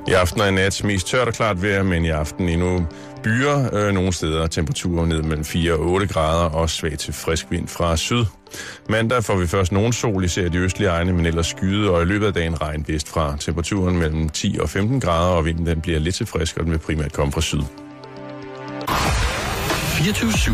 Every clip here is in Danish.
I aften og i nat mest tørt og klart vejr, men i aften endnu byer nogle steder. Temperaturer ned mellem 4 og 8 grader og svag til frisk vind fra syd. Mandag får vi først nogen sol, især de østlige egne, men ellers skyde, og i løbet af dagen regn vestfra. Temperaturen mellem 10 og 15 grader, og vinden den bliver lidt til frisk, og den vil primært komme fra syd. 24/7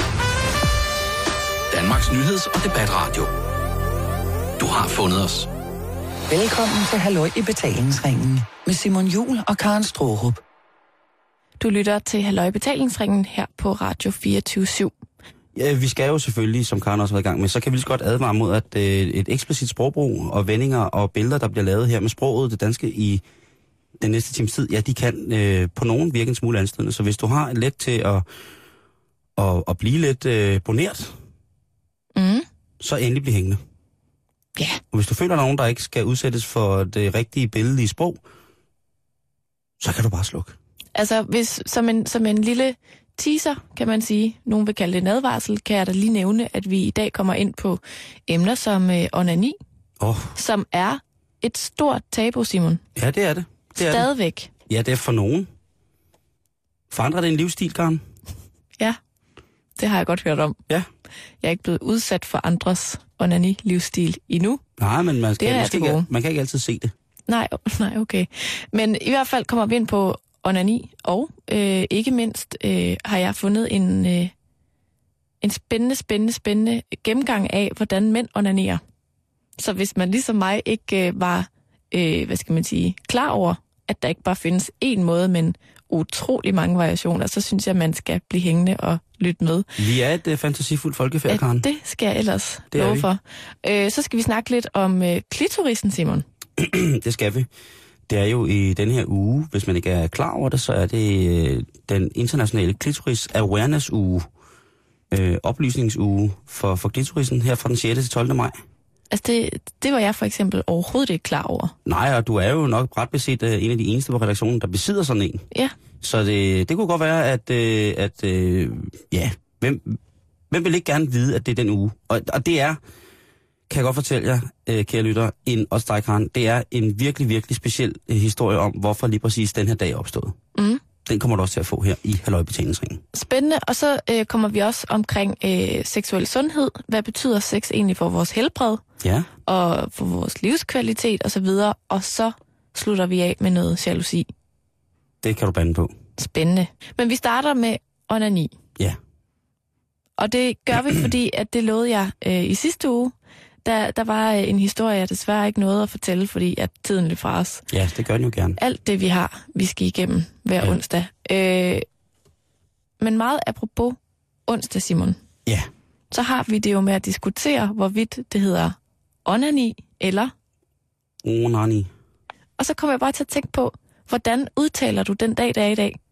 Danmarks nyheds- og debatradio. Du har fundet os. Velkommen til Halløj i betalingsringen med Simon Juhl og Karen Straarup. Du lytter til Halløj i betalingsringen her på Radio 24/7. Ja, vi skal jo selvfølgelig, som Karen også har været i gang med, så kan vi lige så godt advare mod, at et eksplicit sprogbrug og vendinger og billeder, der bliver lavet her med sproget, det danske, i den næste times tid, ja, de kan på nogen virke en smule anstødende. Så hvis du har let til at blive lidt bonert, så endelig bliv hængende. Ja. Og hvis du føler nogen, der ikke skal udsættes for det rigtige billedlige sprog, så kan du bare slukke. Altså, hvis, som en lille teaser, kan man sige, nogen vil kalde det en advarsel, kan jeg da lige nævne, at vi i dag kommer ind på emner som onani, som er et stort tabu, Simon. Ja, det er det. Stadigvæk. Ja, det er for nogen. Forandrer det en livsstil, Karen? Ja, det har jeg godt hørt om. Ja. Jeg er ikke blevet udsat for andres onani-livsstil endnu. Nej, men man kan ikke altid se det. Nej, okay. Men i hvert fald kommer vi ind på onani, og ikke mindst har jeg fundet en spændende gennemgang af, hvordan mænd onanerer. Så hvis man ligesom mig ikke var, klar over, at der ikke bare findes én måde, men utrolig mange variationer, så synes jeg, man skal blive hængende og lytte med. Vi er et fantasifuldt folkefærd, Karen. Det skal jeg ellers love for. Så skal vi snakke lidt om klitorisen, Simon. Det skal vi. Det er jo i den her uge, hvis man ikke er klar over det, så er det den internationale klitoris awareness uge, oplysningsuge for klitorisen her fra den 6. til 12. maj. Altså det var jeg for eksempel overhovedet ikke klar over. Nej, og du er jo nok ret beset en af de eneste på redaktionen, der besidder sådan en. Ja. Så det kunne godt være, at hvem vil ikke gerne vide, at det er den uge? Og det er, kan jeg godt fortælle jer, kære lytter, det er en virkelig, virkelig speciel historie om, hvorfor lige præcis den her dag er opstået. Mm. Den kommer du også til at få her i Halløj betalingsringen. Spændende, og så kommer vi også omkring seksuel sundhed. Hvad betyder sex egentlig for vores helbred? Ja. Og for vores livskvalitet osv. Og så slutter vi af med noget jalousi. Det kan du bande på. Spændende. Men vi starter med onani. Ja. Og det gør vi, fordi at det lovede jeg i sidste uge. Der var en historie, jeg desværre ikke nåede at fortælle, fordi at tiden løb fra os. Ja, det gør den jo gerne. Alt det, vi har, vi skal igennem hver onsdag. Men meget apropos onsdag, Simon. Ja. Så har vi det jo med at diskutere, hvorvidt det hedder onani eller onani. Og så kommer jeg bare til at tænke på, hvordan udtaler du den dag, der er i dag?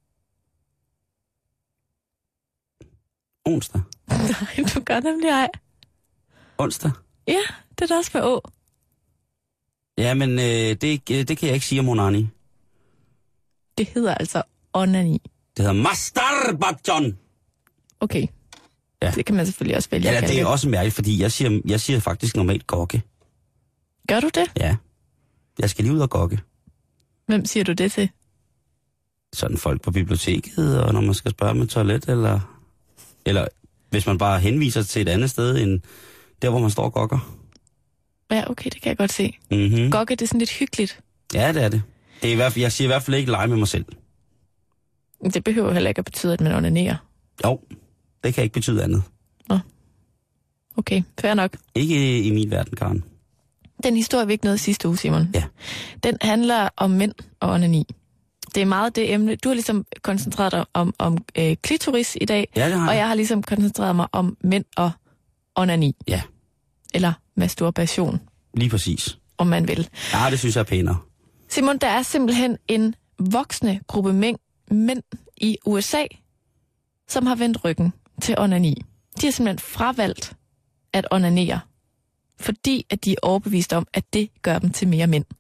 Onsdag. Nej, du gør nemlig ej. Onsdag? Ja, det er da også med å. Ja, men det kan jeg ikke sige om onani. Det hedder altså onani. Det hedder masturbation. Okay. Ja. Det kan man selvfølgelig også vælge. Ja, det er også mærkeligt, fordi jeg siger faktisk normalt gokke. Gør du det? Ja. Jeg skal lige ud og gokke. Hvem siger du det til? Sådan folk på biblioteket, og når man skal spørge med toilet, eller hvis man bare henviser til et andet sted end der, hvor man står og gokker. Ja, okay, det kan jeg godt se. Mm-hmm. Gokke, det er sådan lidt hyggeligt. Ja, det er det. Jeg siger i hvert fald ikke lege med mig selv. Det behøver heller ikke at betyde, at man onanerer. Jo, det kan ikke betyde andet. Nå. Okay, fair nok. Ikke i min verden, Karen. Den historie, vi ikke nåede sidste uge, Simon. Ja. Den handler om mænd og onani. Det er meget det emne. Du har ligesom koncentreret dig om klitoris i dag, ja, det har jeg. Og jeg har ligesom koncentreret mig om mænd og onani. Ja. Eller masturbation. Lige præcis. Om man vil. Ja, det synes jeg er pænere. Simon, der er simpelthen en voksende gruppe mænd i USA, som har vendt ryggen til onani. De har simpelthen fravalgt at onanere, fordi at de er overbevist om, at det gør dem til mere mænd.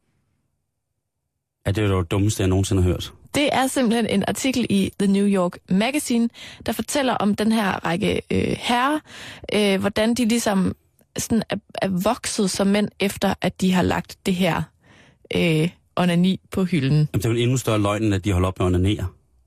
Ja, det er jo det dummeste, jeg nogensinde har hørt. Det er simpelthen en artikel i The New York Magazine, der fortæller om den her række herrer, hvordan de ligesom sådan er vokset som mænd, efter at de har lagt det her onani på hylden. Jamen, det er jo en endnu større løgn, end at de holder op med at onanere.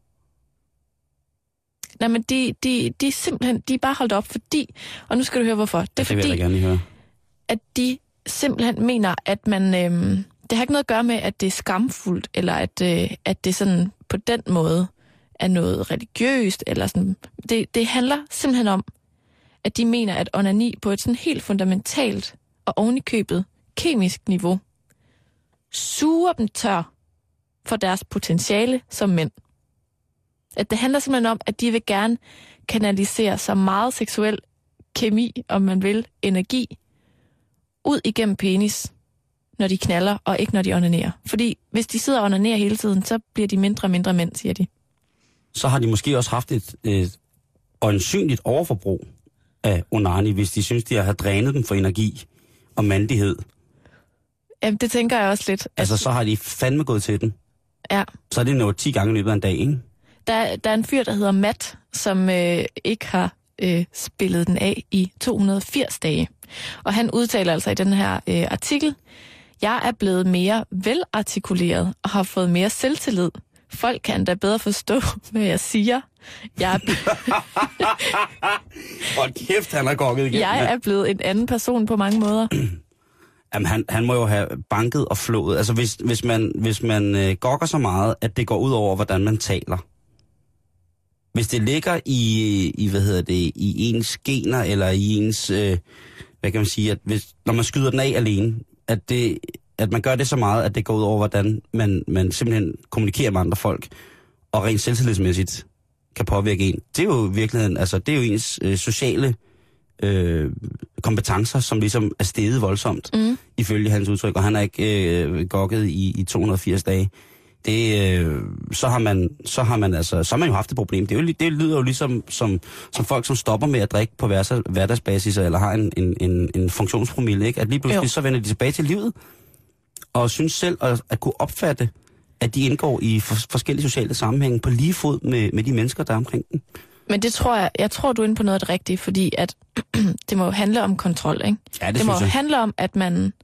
Nej, men de er simpelthen, de er bare holdt op, fordi, og nu skal du høre hvorfor. Det er det vil jeg da gerne høre. at de simpelthen mener, at man, det har ikke noget at gøre med, at det er skamfuldt, eller at det sådan på den måde er noget religiøst, eller sådan. Det handler simpelthen om, at de mener, at onani på et sådan helt fundamentalt og ovenikøbet kemisk niveau suger dem tør for deres potentiale som mænd. At det handler simpelthen om, at de vil gerne kanalisere så meget seksuel kemi, om man vil, energi, ud igennem penis, når de knaller, og ikke når de onanerer. Fordi hvis de sidder og onanerer hele tiden, så bliver de mindre og mindre mænd, siger de. Så har de måske også haft et øjensynligt overforbrug af onani, hvis de synes, de har drænet dem for energi og mandighed. Jamen, det tænker jeg også lidt. Altså, så har de fandme gået til den. Ja. Så er det nået 10 gange i løbet af en dag, ikke? Der er en fyr, der hedder Matt, som ikke har spillet den af i 280 dage. Og han udtaler altså i den her artikel, jeg er blevet mere velartikuleret og har fået mere selvtillid. Folk kan da bedre forstå, hvad jeg siger. Hold kæft, han er gokket igen. Jeg er blevet en anden person på mange måder. Jamen, han må jo have banket og flået. Altså, hvis man gokker så meget, at det går ud over, hvordan man taler. Hvis det ligger i ens gener, eller i ens, hvad kan man sige, at når man skyder den af alene, at man gør det så meget, at det går ud over, hvordan man simpelthen kommunikerer med andre folk, og rent selvtillidsmæssigt kan påvirke en. Det er jo i virkeligheden, altså det er jo ens sociale kompetencer, som ligesom er steget voldsomt, ifølge hans udtryk, og han er ikke gokket i 280 dage. Så har man jo haft et problem. Det lyder jo ligesom som folk, som stopper med at drikke på hverdagsbasis, eller har en funktionspromille, ikke? At lige pludselig så vender de tilbage til livet, og synes selv at kunne opfatte, at de indgår i forskellige sociale sammenhænge på lige fod med de mennesker, der er omkring dem. Men det tror jeg tror, du er inde på noget af det rigtige, fordi at det må handle om kontrol, ikke? Ja, det må handle om, at man,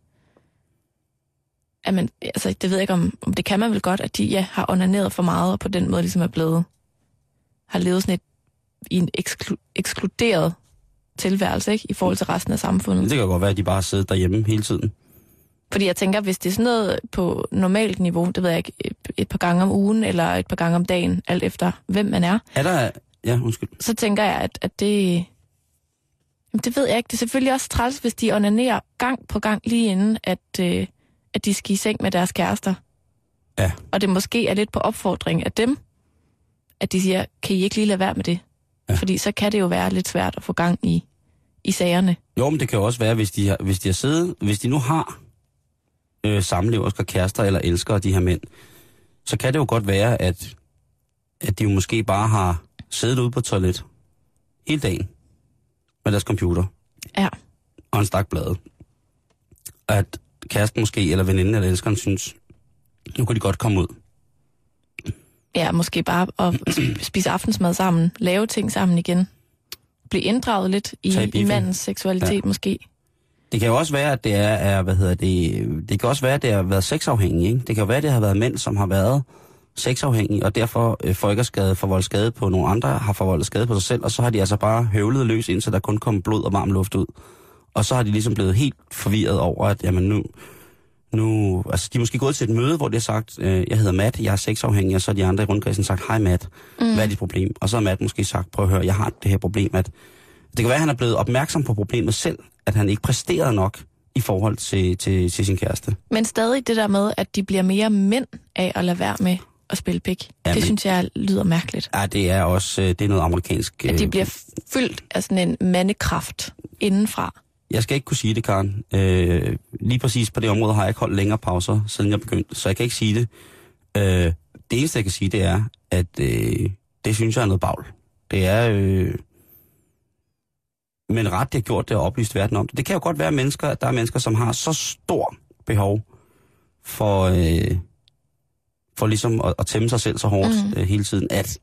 altså det ved jeg ikke om det kan man vel godt, at de har onaneret for meget, og på den måde ligesom har levet sådan i en ekskluderet tilværelse, ikke? I forhold til resten af samfundet. Det kan godt være, at de bare har siddet derhjemme hele tiden. Fordi jeg tænker, hvis det er sådan noget på normalt niveau, det ved jeg ikke, et par gange om ugen, eller et par gange om dagen, alt efter hvem man er. Ja, undskyld. Så tænker jeg, at det... Jamen, det ved jeg ikke. Det er selvfølgelig også træls, hvis de onanerer gang på gang lige inden, at de skal i seng med deres kærester. Ja. Og det måske er lidt på opfordring af dem, at de siger, kan I ikke lige lade være med det? Ja. Fordi så kan det jo være lidt svært at få gang i sagerne. Jo, men det kan jo også være, hvis de nu har samleversker, kærester eller elskere, de her mænd, så kan det jo godt være, at de jo måske bare har siddet ude på toilet hele dagen med deres computer. Ja. Og en stak blade. At kæresten måske, eller veninden eller elskeren synes, nu kan de godt komme ud. Ja, måske bare at spise aftensmad sammen, lave ting sammen igen. Blive inddraget lidt i mandens seksualitet måske. Det kan jo også være, at det det kan også være, at det har været sexafhængig, ikke? Det kan jo være, at det har været mænd, som har været sexafhængige, og derfor får ikke forvoldt skade på nogle andre, har forvoldt skade på sig selv, og så har de altså bare høvlet løs, indtil der kun kom blod og varm luft ud. Og så har de ligesom blevet helt forvirret over, at jamen nu, altså de er måske gået til et møde, hvor de har sagt, jeg hedder Matt, jeg er sexafhængig, og så har de andre i rundkredsen sagt, hej Matt, hvad er dit problem? Og så har Matt måske sagt, prøv at høre, jeg har det her problem, at det kan være, at han er blevet opmærksom på problemet selv, at han ikke præsterede nok i forhold til sin kæreste. Men stadig det der med, at de bliver mere mænd af at lade være med at spille pik. Ja, det synes jeg lyder mærkeligt. Ja, det er også det er noget amerikansk. At de bliver fyldt af sådan en mandekraft indenfra. Jeg skal ikke kunne sige det, Karen. Lige præcis på det område har jeg ikke holdt længere pauser, siden jeg begyndte, så jeg kan ikke sige det. Det eneste, jeg kan sige, det er, at det synes jeg er noget bagl. Det er... men ret, det har gjort det og oplyst verden om det. Det kan jo godt være mennesker, at der er mennesker, som har så stor behov for ligesom at tæmme sig selv så hårdt hele tiden, at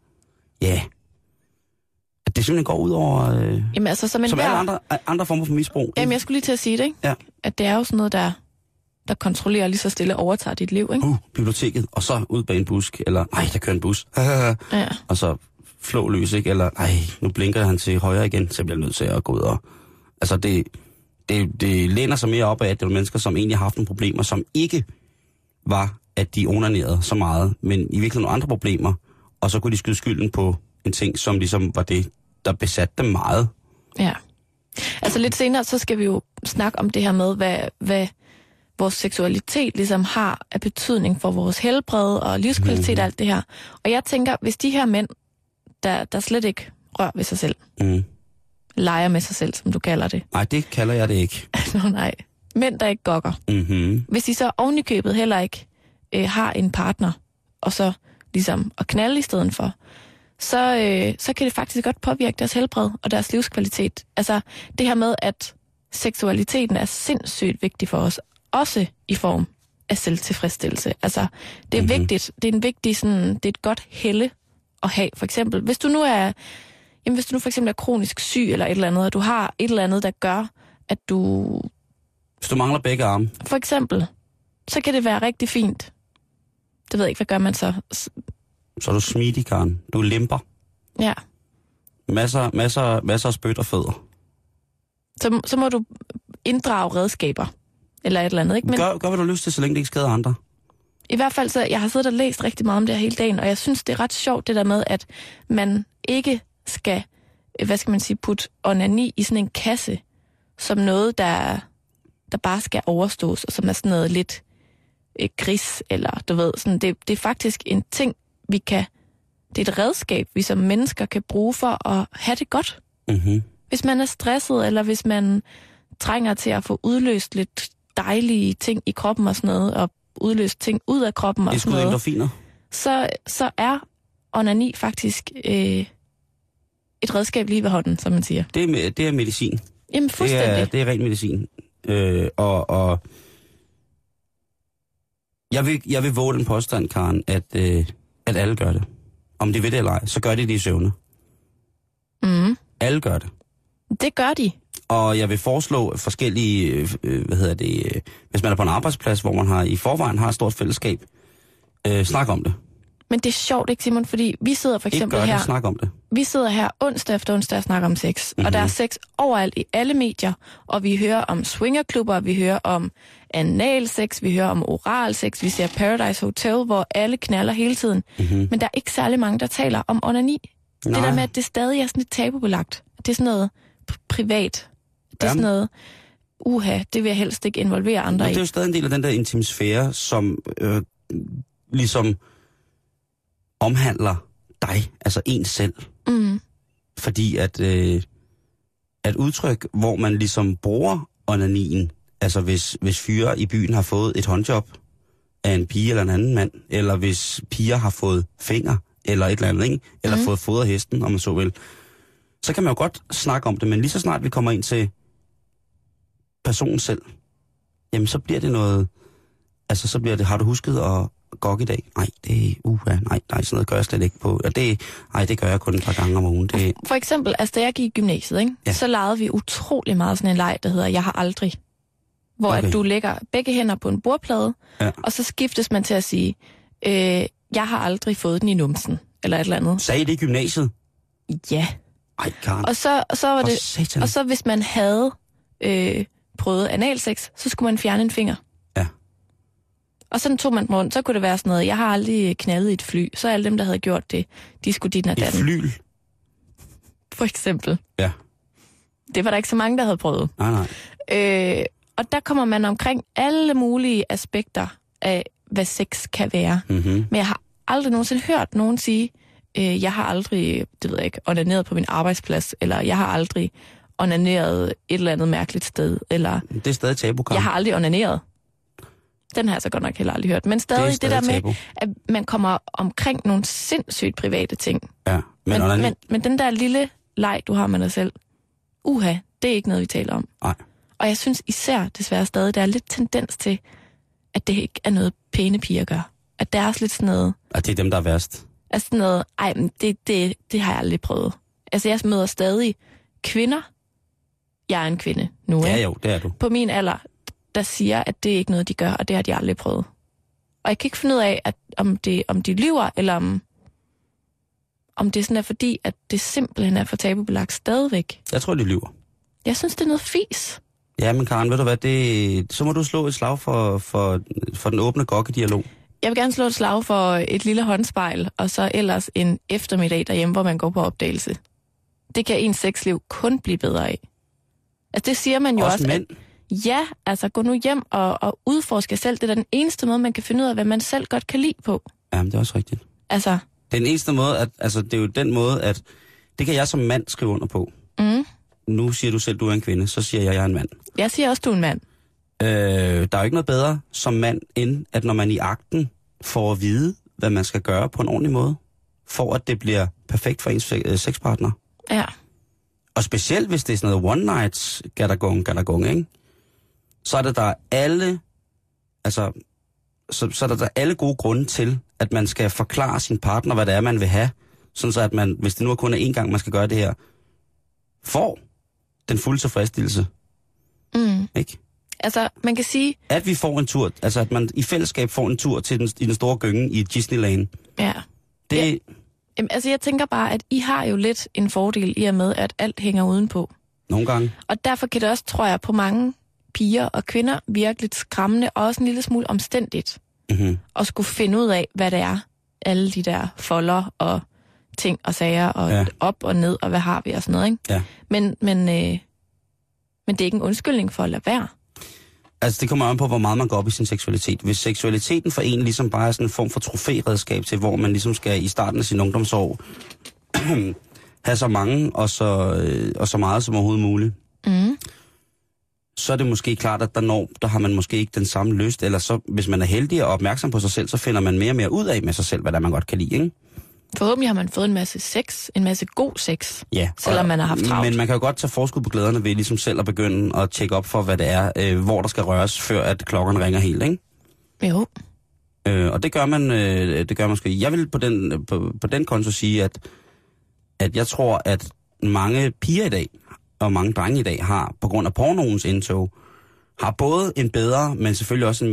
at det simpelthen går ud over jamen, altså, som alle andre former for misbrug. Jamen, jeg skulle lige til at sige det, ikke? Ja. At det er jo sådan noget, der der kontrollerer lige så stille overtager dit liv, ikke? Biblioteket, og så ud bag en busk, eller nej, der kører en bus. Ja. Og så flå løs, ikke? Eller nej, nu blinker han til højre igen, så bliver jeg nødt til at gå ud og... Altså, det læner sig mere op af, at det er mennesker, som egentlig har haft nogle problemer, som ikke var, at de onanerede så meget, men i virkeligheden nogle andre problemer, og så kunne de skyde skylden på en ting, som ligesom var det, der besatte dem meget. Ja. Altså lidt senere, så skal vi jo snakke om det her med, hvad vores seksualitet ligesom har af betydning for vores helbred og livskvalitet og alt det her. Og jeg tænker, hvis de her mænd, der slet ikke rører ved sig selv, leger med sig selv, som du kalder det. Nej, det kalder jeg det ikke. Nå nej. Mænd, der ikke gokker. Hvis de så ovenikøbet heller ikke har en partner, og så ligesom at knalde i stedet for, så kan det faktisk godt påvirke deres helbred og deres livskvalitet. Altså det her med, at seksualiteten er sindssygt vigtig for os, også i form af selvtilfredsstillelse. Altså det er vigtigt, det er en vigtig sådan, det er et godt helle at have. For eksempel, hvis du nu for eksempel er kronisk syg eller et eller andet, og du har et eller andet, der gør, at du... Hvis du mangler begge arme. For eksempel, så kan det være rigtig fint. Det ved jeg ikke, hvad gør man så? Så er du smidig, Karen. Du limper. Ja. Masser af spyt og fødder. Så må du inddrage redskaber, eller et eller andet, ikke? Men gør, hvad du har lyst til, så længe det ikke skader andre. I hvert fald, så jeg har siddet og læst rigtig meget om det her hele dagen, og jeg synes, det er ret sjovt, det der med, at man ikke skal, putte onani i sådan en kasse, som noget, der bare skal overstås, og som er sådan noget lidt gris, eller du ved, sådan, det er faktisk en ting, det er et redskab, vi som mennesker kan bruge for at have det godt. Hvis man er stresset, eller hvis man trænger til at få udløst lidt dejlige ting i kroppen og sådan noget, og udløst ting ud af kroppen og sådan noget, endorfiner. Så er onani faktisk et redskab lige ved hånden, som man siger. Det er medicin. Jamen fuldstændig. Det er ren medicin. Og jeg vil våge den påstand, Karen, at alle gør det. Om de ved det eller ej, så gør de det i søvne. Alle gør det. Det gør de. Og jeg vil foreslå forskellige, hvis man er på en arbejdsplads, hvor man i forvejen har et stort fællesskab, snak om det. Men det er sjovt, ikke Simon? Fordi vi sidder for eksempel her... Snak om det. Vi sidder her onsdag efter onsdag og snakker om sex. Og der er sex overalt i alle medier. Og vi hører om swingerklubber, vi hører om analsex, vi hører om oralsex, vi ser Paradise Hotel, hvor alle knaller hele tiden. Men der er ikke særlig mange, der taler om onani. Nej. Det der med, at det stadig er sådan lidt tabubelagt. Det er sådan noget privat. Det er sådan noget, det vil jeg helst ikke involvere andre i. Det er jo stadig en del af den der intimsfære, som ligesom omhandler dig, altså en selv. Fordi at udtryk, hvor man ligesom bruger onanien, altså hvis fyre i byen har fået et håndjob af en pige eller en anden mand, eller hvis piger har fået fingre, eller et eller andet, ikke? Eller fået fodret hesten, om man så vil, så kan man jo godt snakke om det, men lige så snart vi kommer ind til personen selv, jamen så bliver det noget, altså så bliver det, har du husket at gokke i dag? Nej, det nej, sådan noget gør jeg slet ikke på. Det gør jeg kun et par gange om ugen. For eksempel, altså da jeg gik i gymnasiet, ikke? Ja. Så legede vi utrolig meget sådan en leg, der hedder Jeg har aldrig. Hvor at du lægger begge hænder på en bordplade, og så skiftes man til at sige, jeg har aldrig fået den i numsen, eller et eller andet. Sagde det i gymnasiet? Ja. Ej, Karen. Og så var det, satan. Og så hvis man havde prøvet analsex, så skulle man fjerne en finger. Ja. Og sådan tog man den rundt, så kunne det være sådan noget, jeg har aldrig knaldet i et fly, så alle dem, der havde gjort det, de skulle dit og datten. Et fly? For eksempel. Ja. Det var der ikke så mange, der havde prøvet. Nej. Og der kommer man omkring alle mulige aspekter af, hvad sex kan være. Men jeg har aldrig nogensinde hørt nogen sige, jeg har aldrig, det ved jeg ikke, onaneret på min arbejdsplads, eller jeg har aldrig onaneret et eller andet mærkeligt sted, eller... Det er stadig tabu, Karen. Jeg har aldrig onaneret. Den har jeg så godt nok heller aldrig hørt. Men stadig det der tabu. Med, at man kommer omkring nogle sindssygt private ting. Ja, men den der lille leg, du har med dig selv, det er ikke noget, vi taler om. Nej. Og jeg synes især desværre stadig, der er lidt tendens til, at det ikke er noget pæne piger gør. At der er også lidt sådan noget... At det er dem, der er værst. Altså sådan noget, men det har jeg aldrig prøvet. Altså jeg møder stadig kvinder. Jeg er en kvinde nu, Ja, jo, det er du. På min alder, der siger, at det er ikke noget, de gør, og det har de aldrig prøvet. Og jeg kan ikke finde ud af, at om de lyver, eller om det sådan er fordi, at det simpelthen er for tabubelagt stadigvæk. Jeg tror, de lyver. Jeg synes, det er noget fis. Ja, men Karen, ved du hvad, så må du slå et slag for den åbne gokkedialog. Jeg vil gerne slå et slag for et lille håndspejl, og så ellers en eftermiddag derhjemme, hvor man går på opdagelse. Det kan ens sexliv kun blive bedre af. Altså det siger man jo også mænd. Ja, altså gå nu hjem og udforske jer selv. Det er den eneste måde, man kan finde ud af, hvad man selv godt kan lide på. Jamen, det er også rigtigt. Altså. Den eneste måde, det er jo den måde, at det kan jeg som mand skrive under på. Mm. Nu siger du selv, du er en kvinde, så siger jeg er en mand. Jeg siger også, du er en mand. Der er jo ikke noget bedre som mand, end at når man i akten får at vide, hvad man skal gøre på en ordentlig måde, for at det bliver perfekt for ens sexpartner. Ja. Og specielt hvis det er sådan noget one nights gadagong, ikke? Så er der alle, altså, så er der alle gode grunde til, at man skal forklare sin partner, hvad det er, man vil have, sådan så at man, hvis det nu kun er én gang, man skal gøre det her, får den fulde tilfredsstillelse. Mm. Ikke? Altså, man kan sige... At vi får en tur, altså at man i fællesskab får en tur til i den store gynge i Disneyland. Ja. Det... Ja. Jamen, altså, jeg tænker bare, at I har jo lidt en fordel i og med, at alt hænger udenpå. Nogle gange. Og derfor kan det også, tror jeg, på mange piger og kvinder virke lidt skræmmende, og også en lille smule omstændigt. Mm-hmm. At skulle finde ud af, hvad det er. Alle de der folder og ting og sager, og op og ned, og hvad har vi og sådan noget, ikke? Ja. Men det er ikke en undskyldning for at lade være. Altså, det kommer an på, hvor meget man går op i sin seksualitet. Hvis seksualiteten for en ligesom bare er sådan en form for trofæredskab til, hvor man ligesom skal i starten af sin ungdomsår have så mange og så meget som overhovedet muligt, så er det måske klart, at der har man måske ikke den samme lyst, eller så, hvis man er heldig og opmærksom på sig selv, så finder man mere og mere ud af med sig selv, hvad der man godt kan lide, ikke? Forhåbentlig har man fået en masse sex, en masse god sex, ja, selvom man har haft travlt. Men man kan jo godt tage forskud på glæderne ved ligesom selv at begynde at tjekke op for, hvad det er, hvor der skal røres, før at klokkerne ringer helt, ikke? Jo. Og det gør man sgu. Jeg vil på den konto sige, at jeg tror, at mange piger i dag, og mange drenge i dag, har, på grund af pornoens indtog, har både en bedre, men selvfølgelig også en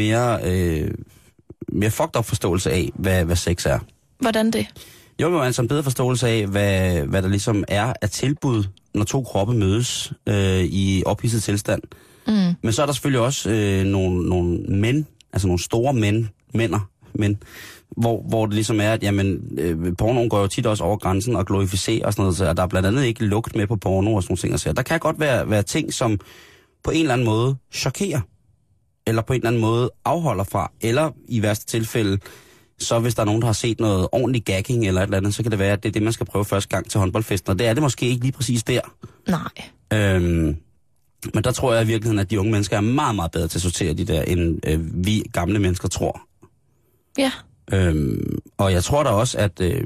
mere fucked up forståelse af, hvad sex er. Hvordan det? Jo, altså en bedre forståelse af, hvad der ligesom er af tilbud, når to kroppe mødes i ophidset tilstand. Mm. Men så er der selvfølgelig også nogle mænd, altså nogle store mænd, hvor det ligesom er, at jamen, pornoen går jo tit også over grænsen og glorificerer og sådan noget, så der er blandt andet ikke lugt med på porno og sådan nogle ting. Så der kan godt være ting, som på en eller anden måde chokerer, eller på en eller anden måde afholder fra, eller i værste tilfælde, så hvis der er nogen, der har set noget ordentlig gagging eller et eller andet, så kan det være, at det er det, man skal prøve første gang til håndboldfesten, og det er det måske ikke lige præcis der. Nej. Men der tror jeg i virkeligheden, at de unge mennesker er meget, meget bedre til at sortere de der, end vi gamle mennesker tror. Ja. Og jeg tror da også,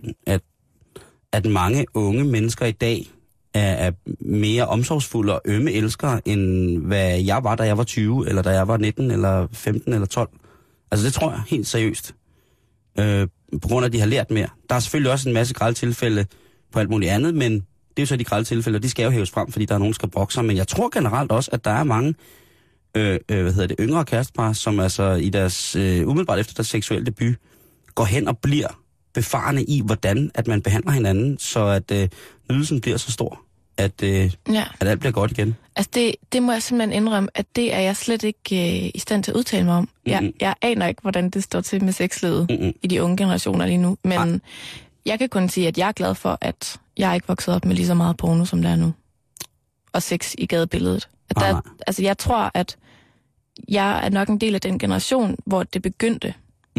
at mange unge mennesker i dag er mere omsorgsfulde og ømme elskere, end hvad jeg var, da jeg var 20, eller da jeg var 19, eller 15, eller 12. Altså det tror jeg helt seriøst. På grund af, at de har lært mere. Der er selvfølgelig også en masse grælde tilfælde på alt muligt andet, men det er jo så de grælde tilfælde, og de skal jo hæves frem, fordi der er nogen, der skal brokke sig. Men jeg tror generelt også, at der er mange yngre kærestepar, som altså i deres umiddelbart efter deres seksuelle debut, går hen og bliver befarende i, hvordan at man behandler hinanden, så at nydelsen bliver så stor, at alt bliver godt igen. Altså det må jeg simpelthen indrømme, at det er jeg slet ikke i stand til at udtale mig om. Jeg aner ikke, hvordan det står til med sexlivet i de unge generationer lige nu, men jeg kan kun sige, at jeg er glad for, at jeg ikke vokset op med lige så meget porno, som der er nu. Og sex i gadebilledet. Altså jeg tror, at jeg er nok en del af den generation, hvor det begyndte.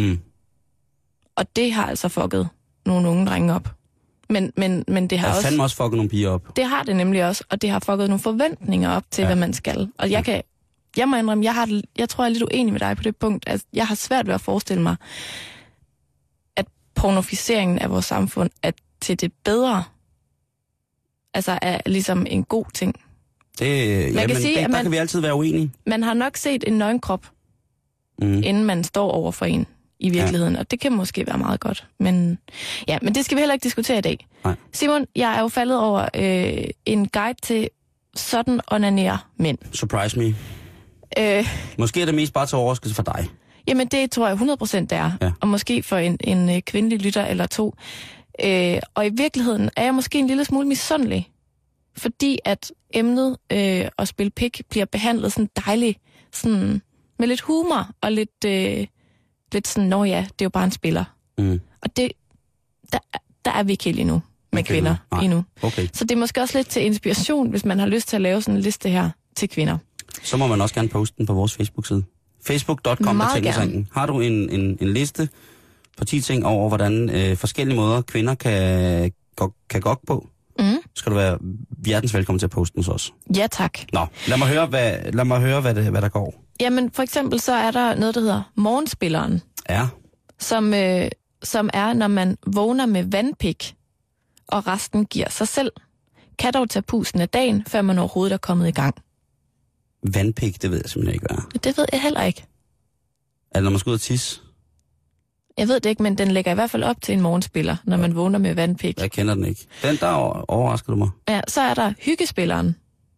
Og det har altså fucket nogle unge drenge op. Men det har også... fandme også fucket nogle piger op. Det har det nemlig også, og det har fucket nogle forventninger op til, hvad man skal. Og jeg må indrømme, jeg tror, jeg er lidt uenig med dig på det punkt. Altså, jeg har svært ved at forestille mig, at pornoficeringen af vores samfund er til det bedre. Altså er ligesom en god ting. Der kan vi altid være uenige. Man har nok set en nøgenkrop, inden man står over for en i virkeligheden, og det kan måske være meget godt. Men det skal vi heller ikke diskutere i dag. Nej. Simon, jeg er jo faldet over en guide til sådan onanerer mænd. Surprise me. Måske er det mest bare til overraskelse for dig. Jamen, det tror jeg 100% det er. Ja. Og måske for en kvindelig lytter eller to. Og i virkeligheden er jeg måske en lille smule misundelig. Fordi at emnet at spille pik bliver behandlet sådan dejligt, sådan med lidt humor og lidt sådan, nå ja, det er jo bare en spiller. Mm. Og det, der er vi ikke helt endnu med kvinder endnu. Okay. Så det er måske også lidt til inspiration, hvis man har lyst til at lave sådan en liste her til kvinder. Så må man også gerne poste den på vores Facebook-side. Facebook.com/betalingsringen. Har du en liste på 10 ting over, hvordan forskellige måder kvinder kan gokke på? Mm. Skal du være hjertens velkommen til at poste den hos os. Ja, tak. Nå, lad mig høre, hvad der går. Jamen, for eksempel så er der noget, der hedder morgenspilleren. Ja. Som er, når man vågner med vandpik, og resten giver sig selv. Kan dog tage pusten af dagen, før man overhovedet er kommet i gang. Vandpik, det ved jeg simpelthen ikke, hvad er. Det ved jeg heller ikke. Er det, når man skal ud og tisse? Jeg ved det ikke, men den lægger i hvert fald op til en morgenspiller, når man vågner med vandpik. Jeg kender den ikke. Den der overrasker du mig. Ja, så er der hyggespilleren.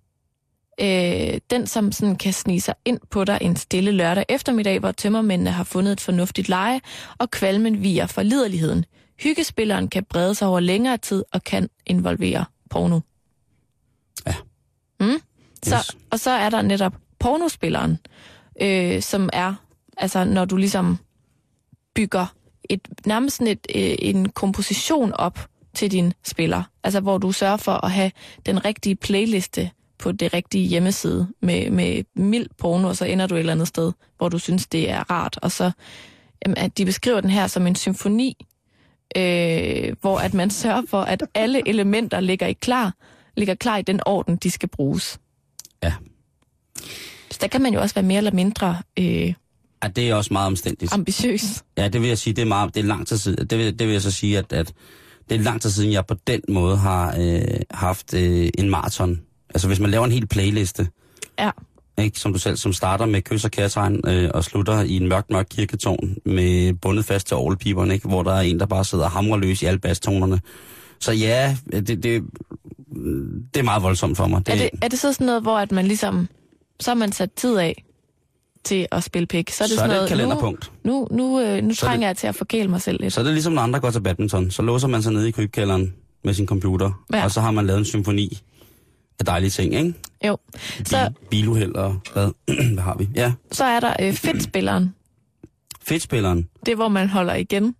Den, som sådan kan snige sig ind på dig en stille lørdag eftermiddag, hvor tømmermændene har fundet et fornuftigt leje, og kvalmen viger for liderligheden. Hyggespilleren kan brede sig over længere tid og kan involvere porno. Ja. Mm? Yes. Så er der netop pornospilleren, som er, altså når du ligesom bygger nærmest en komposition op til din spiller. Altså hvor du sørger for at have den rigtige playliste på det rigtige hjemmeside med mild porno, og så ender du et eller andet sted, hvor du synes, det er rart. Og så, at de beskriver den her som en symfoni, hvor at man sørger for, at alle elementer ligger klar i den orden, de skal bruges. Ja. Så der kan man jo også være mere eller mindre ja, det er også meget omstændigt. Ambitiøs. Ja, det vil jeg sige, det er lang tid siden. Det vil jeg så sige, at det er lang tid siden, jeg på den måde har haft en maraton. Altså hvis man laver en hel playliste, ja. Ikke, som du selv, som starter med kys og kærtegn og slutter i en mørk kirketårn med bundet fast til orgelpiberne, ikke, hvor der er en, der bare sidder og hamrer løs i alle basstonerne. Så ja, det er meget voldsomt for mig. Er det så sådan noget, hvor at man ligesom, så har man sat tid af til at spille pik? Så er det sådan noget, et kalenderpunkt. Nu trænger jeg til at forkæle mig selv lidt. Så er det ligesom, når andre går til badminton. Så låser man sig nede i krybkælderen med sin computer, ja. Og så har man lavet en symfoni af dejlige ting, ikke? Jo. Biluheld og hvad har vi? Ja. Så er der fedtspilleren. Fedtspilleren? Det er, hvor man holder igen.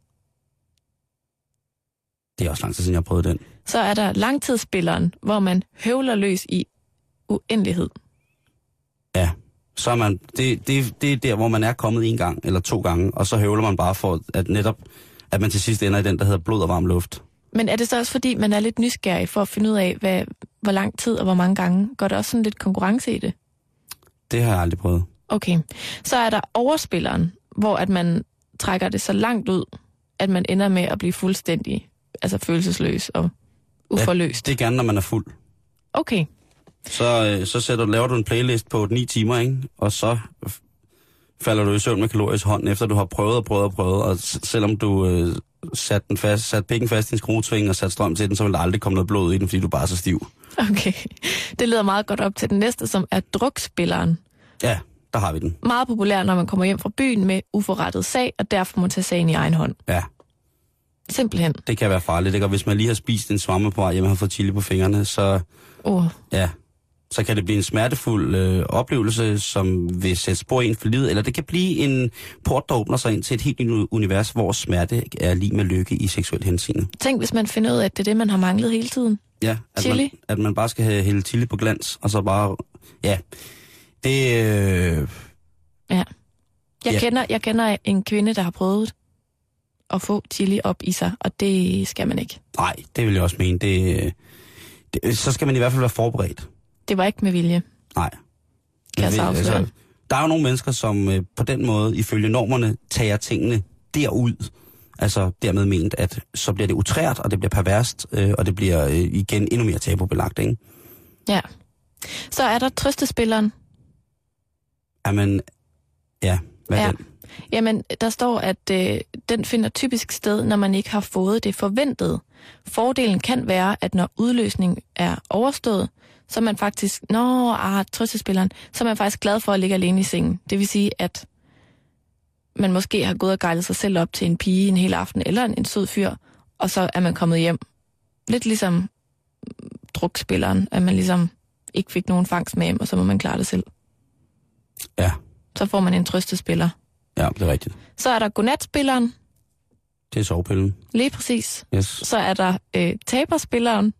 Det er også lang tid siden, jeg har prøvet den. Så er der langtidsspilleren, hvor man høvler løs i uendelighed. Ja, så er man, det er der, hvor man er kommet en gang eller 2 gange, og så høvler man bare for, at man til sidst ender i den, der hedder blod og varm luft. Men er det så også, fordi man er lidt nysgerrig for at finde ud af, hvor lang tid og hvor mange gange? Går der også sådan lidt konkurrence i det? Det har jeg aldrig prøvet. Okay. Så er der overspilleren, hvor at man trækker det så langt ud, at man ender med at blive fuldstændig følelsesløs og uforløst. Ja, det er gerne, når man er fuld. Okay. Så laver du en playlist på 9 timer, ikke? Og så falder du i søvn med kalorisk hånd, efter du har prøvet, og selvom du sat pikken fast i en skruetving og sat strøm til den, så vil der aldrig komme noget blod i den, fordi du bare er så stiv. Okay. Det leder meget godt op til den næste, som er drukspilleren. Ja, der har vi den. Meget populær, når man kommer hjem fra byen med uforrettet sag, og derfor må tage sagen i egen hånd. Ja. Simpelthen. Det kan være farligt, ikke? Og hvis man lige har spist en svamme på vej hjem og har fået chili på fingrene, så så kan det blive en smertefuld oplevelse, som vil sætte spor i en for livet, eller det kan blive en port, der åbner sig ind til et helt nyt univers, hvor smerte er lig med lykke i seksuel henseende. Tænk, hvis man finder ud af, at det er det, man har manglet hele tiden. Ja, at man bare skal have hælde chili på glans, og så bare, ja. Jeg kender en kvinde, der har prøvet at få chili op i sig, og det skal man ikke. Nej, det vil jeg også mene. Så skal man i hvert fald være forberedt. Det var ikke med vilje. Nej. Der er jo nogle mennesker, som på den måde, ifølge normerne, tager tingene derud. Altså dermed ment, at så bliver det utrært, og det bliver perverst, og det bliver igen endnu mere tabubelagt, ikke? Ja. Så er der trøstespilleren. Jamen, ja. Hvad er den? Jamen, der står, at den finder typisk sted, når man ikke har fået det forventede. Fordelen kan være, at når udløsning er overstået, så er man faktisk, trøstespilleren, så er man faktisk glad for at ligge alene i sengen. Det vil sige, at man måske har gået og gejlet sig selv op til en pige en hel aften, eller en sød fyr, og så er man kommet hjem. Lidt ligesom drukspilleren, at man ligesom ikke fik nogen fangst med hjem, og så må man klare det selv. Ja. Så får man en trøstespiller. Ja, det er rigtigt. Så er der godnatspilleren. Det er sovepillen. Lige præcis. Yes. Så er der taberspilleren.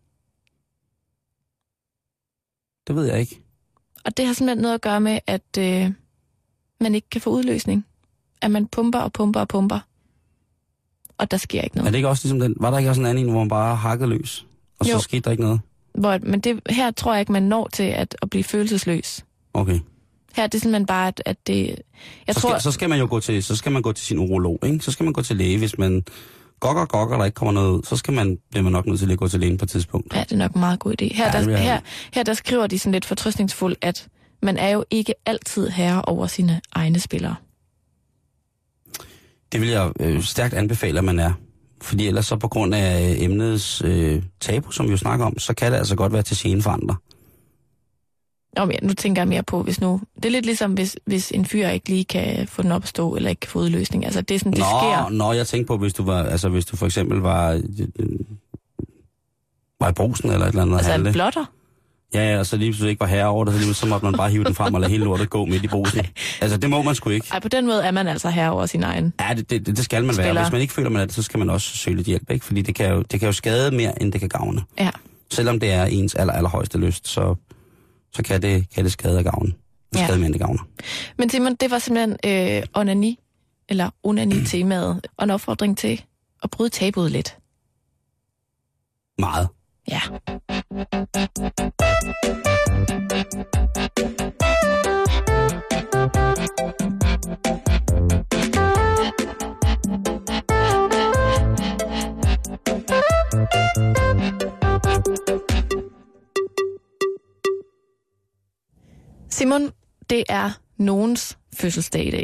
Det ved jeg ikke. Og det har simpelthen noget at gøre med, at man ikke kan få udløsning. At man pumper og pumper og pumper. Og der sker ikke noget. Er det ikke også ligesom den? Var der ikke også en anden, hvor man bare hakkede løs? Og så skete der ikke noget? Men her tror jeg ikke, man når til at blive følelsesløs. Okay. Her er det simpelthen bare, at det... Så skal man jo gå til sin urolog, ikke? Så skal man gå til læge, hvis man gokker, der ikke kommer noget ud. Så bliver man nok nødt til at gå til lægen på et tidspunkt. Ja, det er nok en meget god idé. Her der skriver de sådan lidt fortrøstningsfuldt, at man er jo ikke altid herre over sine egne spillere. Det vil jeg stærkt anbefale, at man er. Fordi ellers så på grund af emnets tabu, som vi jo snakker om, så kan det altså godt være til gene for andre. Nu tænker jeg mere på, hvis nu... Det er lidt ligesom, hvis en fyr ikke lige kan få den op at stå, eller ikke kan få udløsning. Altså, det er sådan, det sker. Jeg tænkte på, hvis du for eksempel var i brusen eller et eller andet. Altså en blotter? Ja, og så lige pludselig ikke var herre over det, så måtte man bare hive den frem og lade hele lortet gå midt i brusen. Altså, det må man sgu ikke. Ej, på den måde er man altså herre over sin egen. Ja, det skal man være. Hvis man ikke føler, man er det, så skal man også søge lidt hjælp, ikke? Fordi det kan jo skade mere, end det kan gavne. Ja. Selvom det er ens allerhøjeste lyst, så kan det skade og gavne. Skade mere, end det gavner. Men Simon, det var simpelthen onani-temaet, og en opfordring til at bryde tabuet lidt. Meget. Ja. Simon, det er nogens fødselsdag i dag.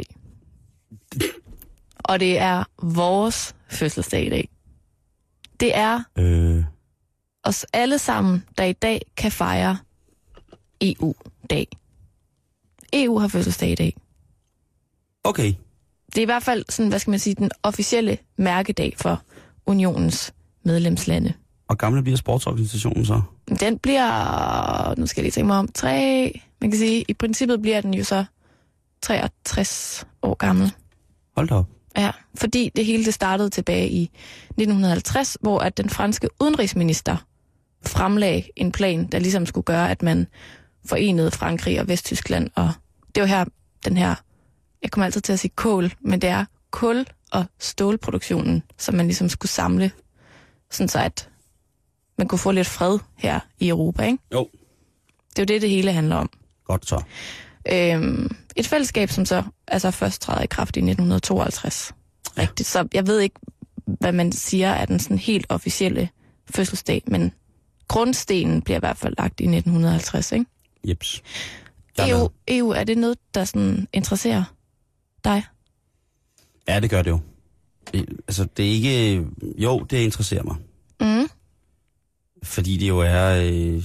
Og det er vores fødselsdag i dag. Det er os alle sammen, der i dag kan fejre EU-dag. EU har fødselsdag i dag. Okay. Det er i hvert fald sådan, hvad skal man sige, den officielle mærkedag for unionens medlemslande. Og gamle bliver sportsorganisationen så? Den bliver, nu skal jeg lige tænke mig om, man kan sige, i princippet bliver den jo så 63 år gammel. Hold da op. Ja, fordi det hele startede tilbage i 1950, hvor at den franske udenrigsminister fremlagde en plan, der ligesom skulle gøre, at man forenede Frankrig og Vesttyskland. Og det var her, den her, jeg kommer altid til at sige kål, men det er kul- og stålproduktionen, som man ligesom skulle samle, sådan så at man kunne få lidt fred her i Europa, ikke? Jo. Det er jo det hele handler om. Godt så. Et fællesskab, som så altså først træder i kraft i 1952. Ja. Rigtigt. Så jeg ved ikke, hvad man siger er den sådan helt officielle fødselsdag, men grundstenen bliver i hvert fald lagt i 1950, ikke? Jeps. EU, er det noget, der sådan interesserer dig? Ja, det gør det jo. Altså, det er ikke... Jo, det interesserer mig. Mm. Fordi det jo er...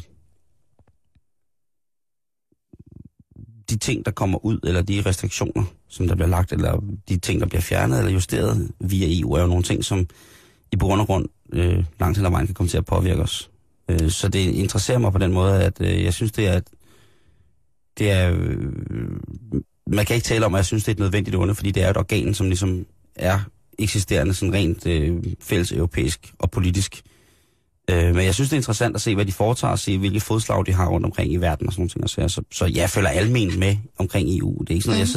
de ting, der kommer ud, eller de restriktioner, som der bliver lagt, eller de ting, der bliver fjernet eller justeret via EU, er jo nogle ting, som i bund og grund langt hen ad vejen kan komme til at påvirke os. Så det interesserer mig på den måde, at jeg synes, det er man kan ikke tale om, at jeg synes, det er et nødvendigt onde, fordi det er et organ, som ligesom er eksisterende sådan rent fælles europæisk og politisk. Men jeg synes, det er interessant at se, hvad de foretager, og se, hvilke fodslag de har rundt omkring i verden og sådan noget. Så jeg følger almen med omkring EU. Det er ikke sådan, at jeg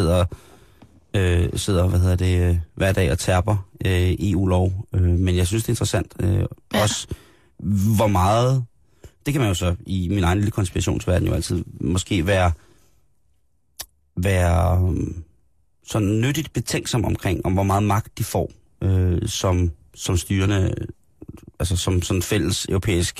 sidder hver dag og terper EU-lov. Men jeg synes, det er interessant. Også hvor meget... Det kan man jo så i min egen lille konspirationsverden jo altid måske være sådan nyttigt betænksom omkring, om hvor meget magt de får som styrende, altså som sådan fælles europæisk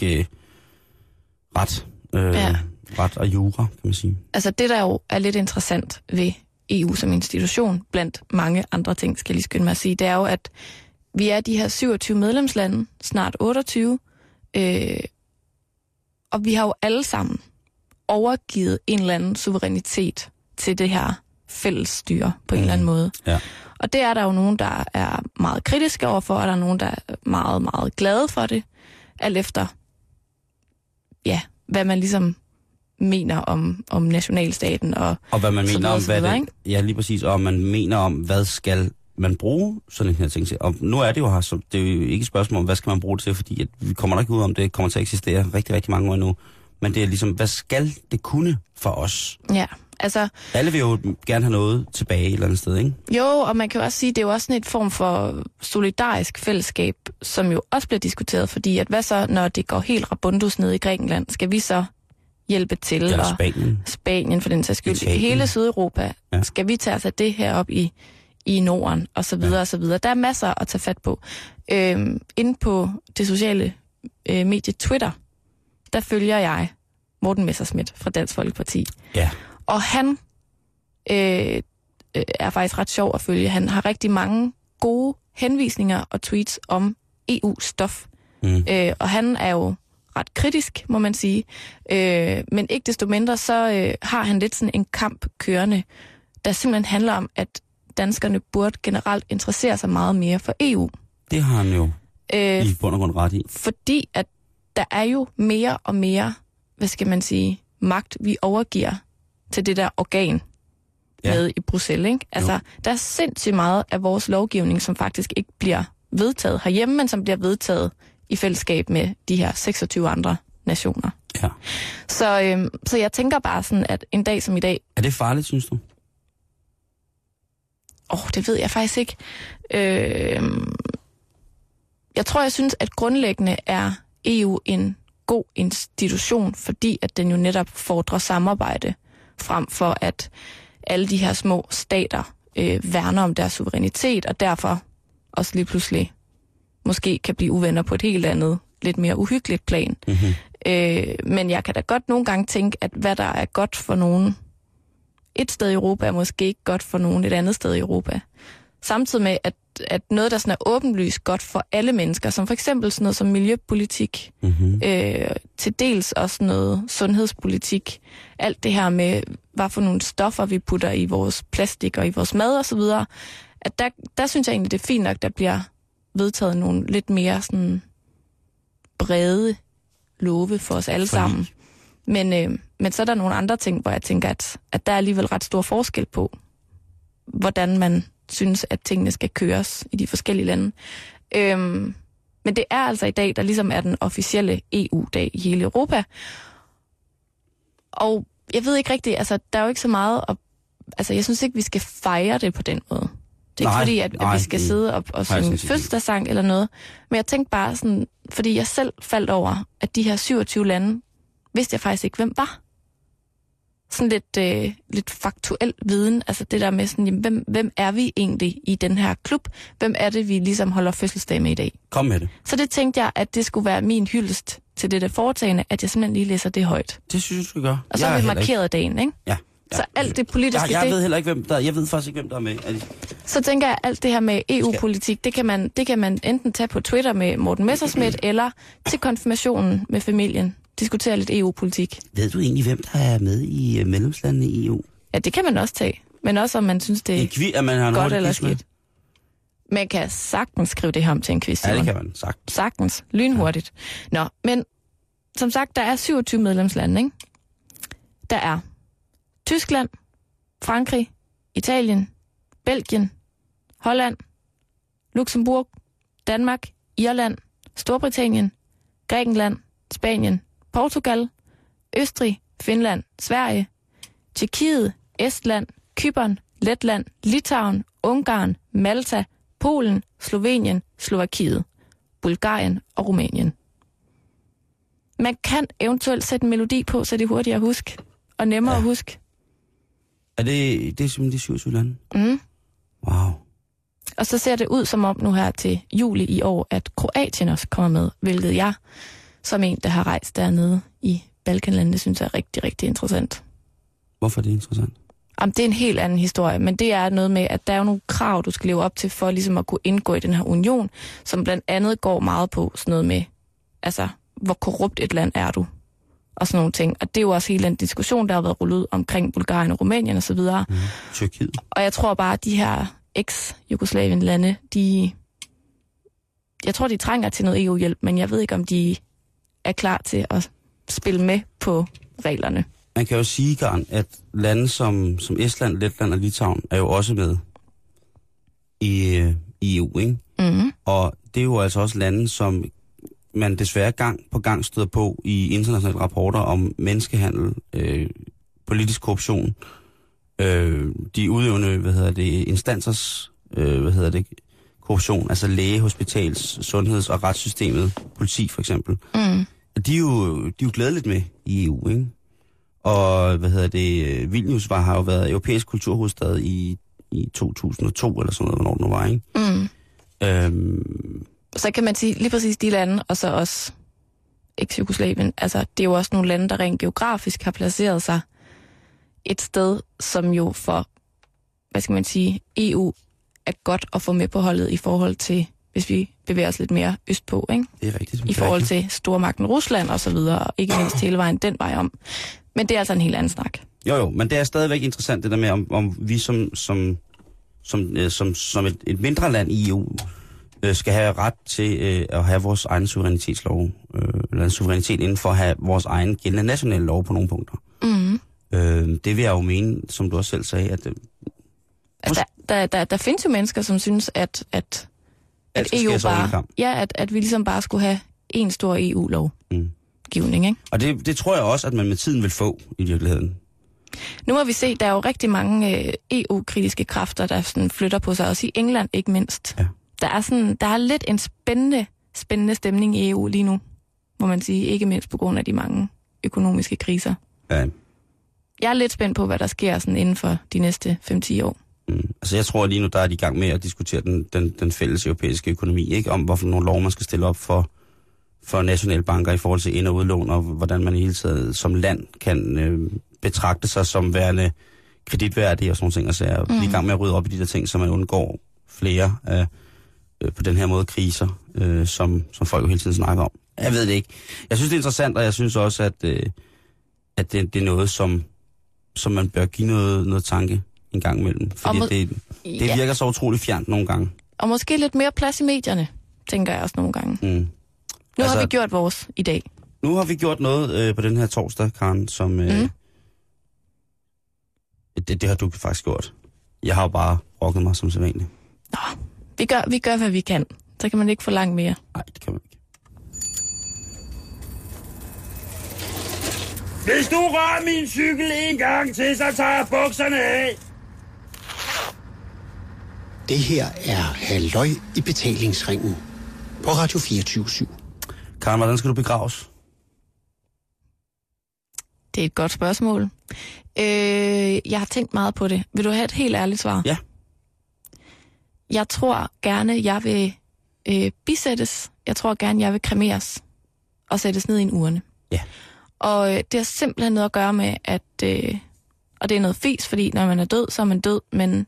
ret og jura, kan man sige. Altså det, der jo er lidt interessant ved EU som institution, blandt mange andre ting, skal jeg lige skynde mig at sige, det er jo, at vi er de her 27 medlemslande, snart 28, og vi har jo alle sammen overgivet en eller anden suverænitet til det her fællesstyre på en eller anden måde. Ja. Og det er der jo nogen, der er meget kritiske overfor, og der er nogen, der er meget, meget glade for det, alt efter, ja, hvad man ligesom mener om nationalstaten og hvad man mener om, hvad det, ja, lige præcis, og man mener om, hvad skal man bruge sådan en her ting til. Og nu er det jo her, så det er jo ikke et spørgsmål om, hvad skal man bruge det til, fordi at vi kommer nok ikke ud om, det kommer til at eksistere rigtig, rigtig mange år endnu. Men det er ligesom, hvad skal det kunne for os? Ja, altså... Alle vil jo gerne have noget tilbage et eller andet sted, ikke? Jo, og man kan jo også sige, det er jo også sådan et form for solidarisk fællesskab, som jo også bliver diskuteret, fordi at hvad så, når det går helt rabundus ned i Grækenland, skal vi så hjælpe til? Eller Spanien. Spanien, for den sags skyld. Hele Sydeuropa. Ja. Skal vi tage os af det her op i Norden, og så videre, og så videre. Der er masser at tage fat på. Inde på det sociale medie Twitter, der følger jeg Morten Messerschmidt fra Dansk Folkeparti. Ja. Og han er faktisk ret sjov at følge. Han har rigtig mange gode henvisninger og tweets om EU-stof. Og han er jo ret kritisk, må man sige. Men ikke desto mindre, så har han lidt sådan en kamp kørende, der simpelthen handler om, at danskerne burde generelt interessere sig meget mere for EU. Det har han jo i bund og grund ret i. Fordi at der er jo mere og mere, hvad skal man sige, magt, vi overgiver til det der organ med i Bruxelles, ikke? Altså, der er sindssygt meget af vores lovgivning, som faktisk ikke bliver vedtaget herhjemme, men som bliver vedtaget i fællesskab med de her 26 andre nationer. Ja. Så jeg tænker bare sådan, at en dag som i dag... Er det farligt, synes du? Det ved jeg faktisk ikke. Jeg synes, at grundlæggende er EU en god institution, fordi at den jo netop fordrer samarbejde, frem for at alle de her små stater værner om deres suverænitet, og derfor også lige pludselig måske kan blive uvenner på et helt andet, lidt mere uhyggeligt plan. Mm-hmm. Men jeg kan da godt nogle gange tænke, at hvad der er godt for nogen et sted i Europa, er måske ikke godt for nogen et andet sted i Europa. Samtidig med, at noget, der sådan er åbenlyst godt for alle mennesker, som for eksempel sådan noget som miljøpolitik, til dels også noget sundhedspolitik, alt det her med, hvad for nogle stoffer vi putter i vores plastik og i vores mad og så videre, at der synes jeg egentlig, det er fint nok, der bliver vedtaget nogle lidt mere sådan brede love for os alle sammen. Men så er der nogle andre ting, hvor jeg tænker, at der er alligevel ret stor forskel på, hvordan man synes, at tingene skal køres i de forskellige lande. Men det er altså i dag, der ligesom er den officielle EU-dag i hele Europa. Og jeg ved ikke rigtigt, altså der er jo ikke så meget, altså jeg synes ikke, vi skal fejre det på den måde. Det er ikke fordi, at vi skal sidde og synge fødselsdagssang eller noget. Men jeg tænkte bare sådan, fordi jeg selv faldt over, at de her 27 lande, vidste jeg faktisk ikke, hvem var. Sådan lidt faktuel viden, altså det der med sådan, jamen, hvem er vi egentlig i den her klub? Hvem er det, vi ligesom holder fødselsdag med i dag? Kom med det. Så det tænkte jeg, at det skulle være min hyldest til det der foretagende, at jeg simpelthen lige læser det højt. Det synes jeg, du skal gøre. Og så har vi markeret dagen, ikke? Ja. Så alt det politiske... Jeg ved heller ikke, hvem der... Jeg ved faktisk ikke, hvem der er med. Så tænker jeg, at alt det her med EU-politik, det kan man enten tage på Twitter med Morten Messerschmidt, eller til konfirmationen med familien. Diskutere lidt EU-politik. Ved du egentlig, hvem der er med i medlemslandene i EU? Ja, det kan man også tage. Men også, om man synes, det er godt eller skidt. Man kan sagtens skrive det her om til en quiz. Ja, det kan man sagtens. Lynhurtigt. Ja. Nå, men som sagt, der er 27 medlemslande, ikke? Der er Tyskland, Frankrig, Italien, Belgien, Holland, Luxembourg, Danmark, Irland, Storbritannien, Grækenland, Spanien, Portugal, Østrig, Finland, Sverige, Tjekkiet, Estland, Cypern, Letland, Litauen, Ungarn, Malta, Polen, Slovenien, Slovakiet, Bulgarien og Rumænien. Man kan eventuelt sætte en melodi på, så det er hurtigere at huske, og nemmere at huske. Er det simpelthen de 27 lande? Mm. Wow. Og så ser det ud som om nu her til juli i år, at Kroatien også kommer med, hvilket jeg, som en, der har rejst dernede i Balkanlandene, synes er rigtig, rigtig interessant. Hvorfor er det interessant? Jamen, det er en helt anden historie, men det er noget med, at der er nogle krav, du skal leve op til, for ligesom at kunne indgå i den her union, som blandt andet går meget på sådan noget med, altså, hvor korrupt et land er du? og sådan nogle ting. Og det er jo også hele den diskussion, der har været rullet ud omkring Bulgarien og Rumænien osv. Tyrkiet. Og jeg tror bare, at de her ex-Jugoslavien-lande, jeg tror, de trænger til noget EU-hjælp, men jeg ved ikke, om de er klar til at spille med på reglerne. Man kan jo sige, Karen, at lande som Estland, Letland og Litauen er jo også med i EU, ikke? Mm-hmm. Og det er jo altså også lande, som man desværre gang på gang støder på i internationale rapporter om menneskehandel, politisk korruption, de udøvende, instansers, korruption, altså læge, hospitals, sundheds- og retssystemet, politi for eksempel. Mm. De er jo glædeligt med i EU, ikke? Og Vilnius har jo været europæisk kulturhovedstad i 2002 eller sådan noget, hvornår den var, ikke? Mm. Så kan man sige lige præcis de lande, og så også ex-Jugoslavien. Altså, det er jo også nogle lande, der rent geografisk har placeret sig et sted, som jo for, EU er godt at få med på holdet i forhold til, hvis vi bevæger os lidt mere østpå, ikke? Det er rigtigt. I forhold til stormagten Rusland og så videre, og ikke mindst hele vejen den vej om. Men det er altså en helt anden snak. Jo, men det er stadigvæk interessant det der med, om vi som et mindre land i EU skal have ret til at have vores egen suverænitetslov, eller en suverænitet inden for at have vores egen gældende nationale lov på nogle punkter. Mm. Det vil jeg jo mene, som du også selv sagde, at... Altså, der findes jo mennesker, som synes, at EU bare... Ja, at vi ligesom bare skulle have en stor EU-lovgivning, ikke? Og det tror jeg også, at man med tiden vil få i virkeligheden. Nu må vi se, der er jo rigtig mange EU-kritiske kræfter, der sådan flytter på sig, også i England ikke mindst. Ja. Der er lidt en spændende stemning i EU lige nu, må man sige, ikke mindst på grund af de mange økonomiske kriser. Ja. Jeg er lidt spændt på, hvad der sker sådan inden for de næste 5-10 år. Altså jeg tror lige nu, der er de i gang med at diskutere den fælles europæiske økonomi, ikke? Om hvorfor nogle lov man skal stille op for nationale banker i forhold til ind- og udlån, og hvordan man i hele taget som land kan betragte sig som værende kreditværdige og sådan nogle ting. Og så er i gang med at rydde op i de der ting, så man undgår flere på den her måde kriser, som folk jo hele tiden snakker om. Jeg ved det ikke. Jeg synes, det er interessant, og jeg synes også, at det er noget, som man bør give noget tanke en gang imellem. Fordi det virker så utroligt fjernt nogle gange. Og måske lidt mere plads i medierne, tænker jeg også nogle gange. Nu har vi gjort vores i dag. Nu har vi gjort noget på den her torsdag, Karen, som... Det har du faktisk gjort. Jeg har jo bare rokket mig som sædvanligt. Nå, vi gør, hvad vi kan. Så kan man ikke forlange mere. Nej, det kan man ikke. Hvis du rører min cykel en gang til, så tager jeg bukserne af. Det her er Halløj i betalingsringen på Radio 24/7. Karen, hvordan skal du begraves? Det er et godt spørgsmål. Jeg har tænkt meget på det. Vil du have et helt ærligt svar? Ja. Jeg tror gerne, jeg vil bisættes. Jeg tror gerne, jeg vil kremeres og sættes ned i en urne. Ja. Og det har simpelthen noget at gøre med, at... og det er noget fis, fordi når man er død, så er man død, men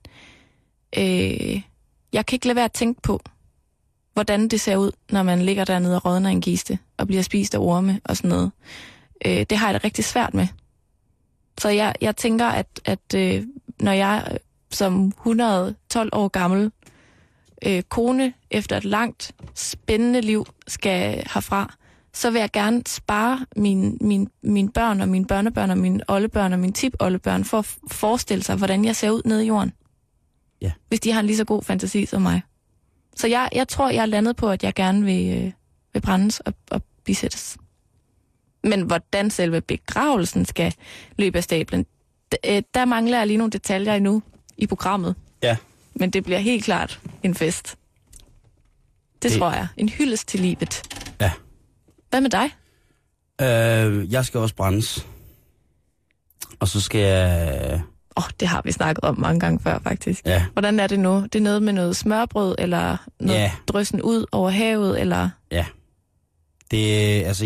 jeg kan ikke lade være at tænke på, hvordan det ser ud, når man ligger dernede og rådner i en kiste og bliver spist af orme og sådan noget. Det har jeg det rigtig svært med. Så jeg tænker, at når jeg som 112 år gammel kone efter et langt, spændende liv skal herfra, så vil jeg gerne spare mine børn og mine børnebørn og mine oldebørn og mine tipoldebørn for at forestille sig, hvordan jeg ser ud nede i jorden. Ja. Hvis de har en lige så god fantasi som mig. Så jeg tror, jeg er landet på, at jeg gerne vil brændes og bisættes. Men hvordan selve begravelsen skal løbe af stablen, der mangler jeg lige nogle detaljer endnu i programmet. Ja. Men det bliver helt klart en fest. Det tror jeg. En hyldest til livet. Ja. Hvad med dig? Jeg skal også brændes. Og så skal jeg... Det har vi snakket om mange gange før, faktisk. Ja. Hvordan er det nu? Det er noget med noget smørbrød, eller noget dryssen ud over havet, eller... Ja. Det, altså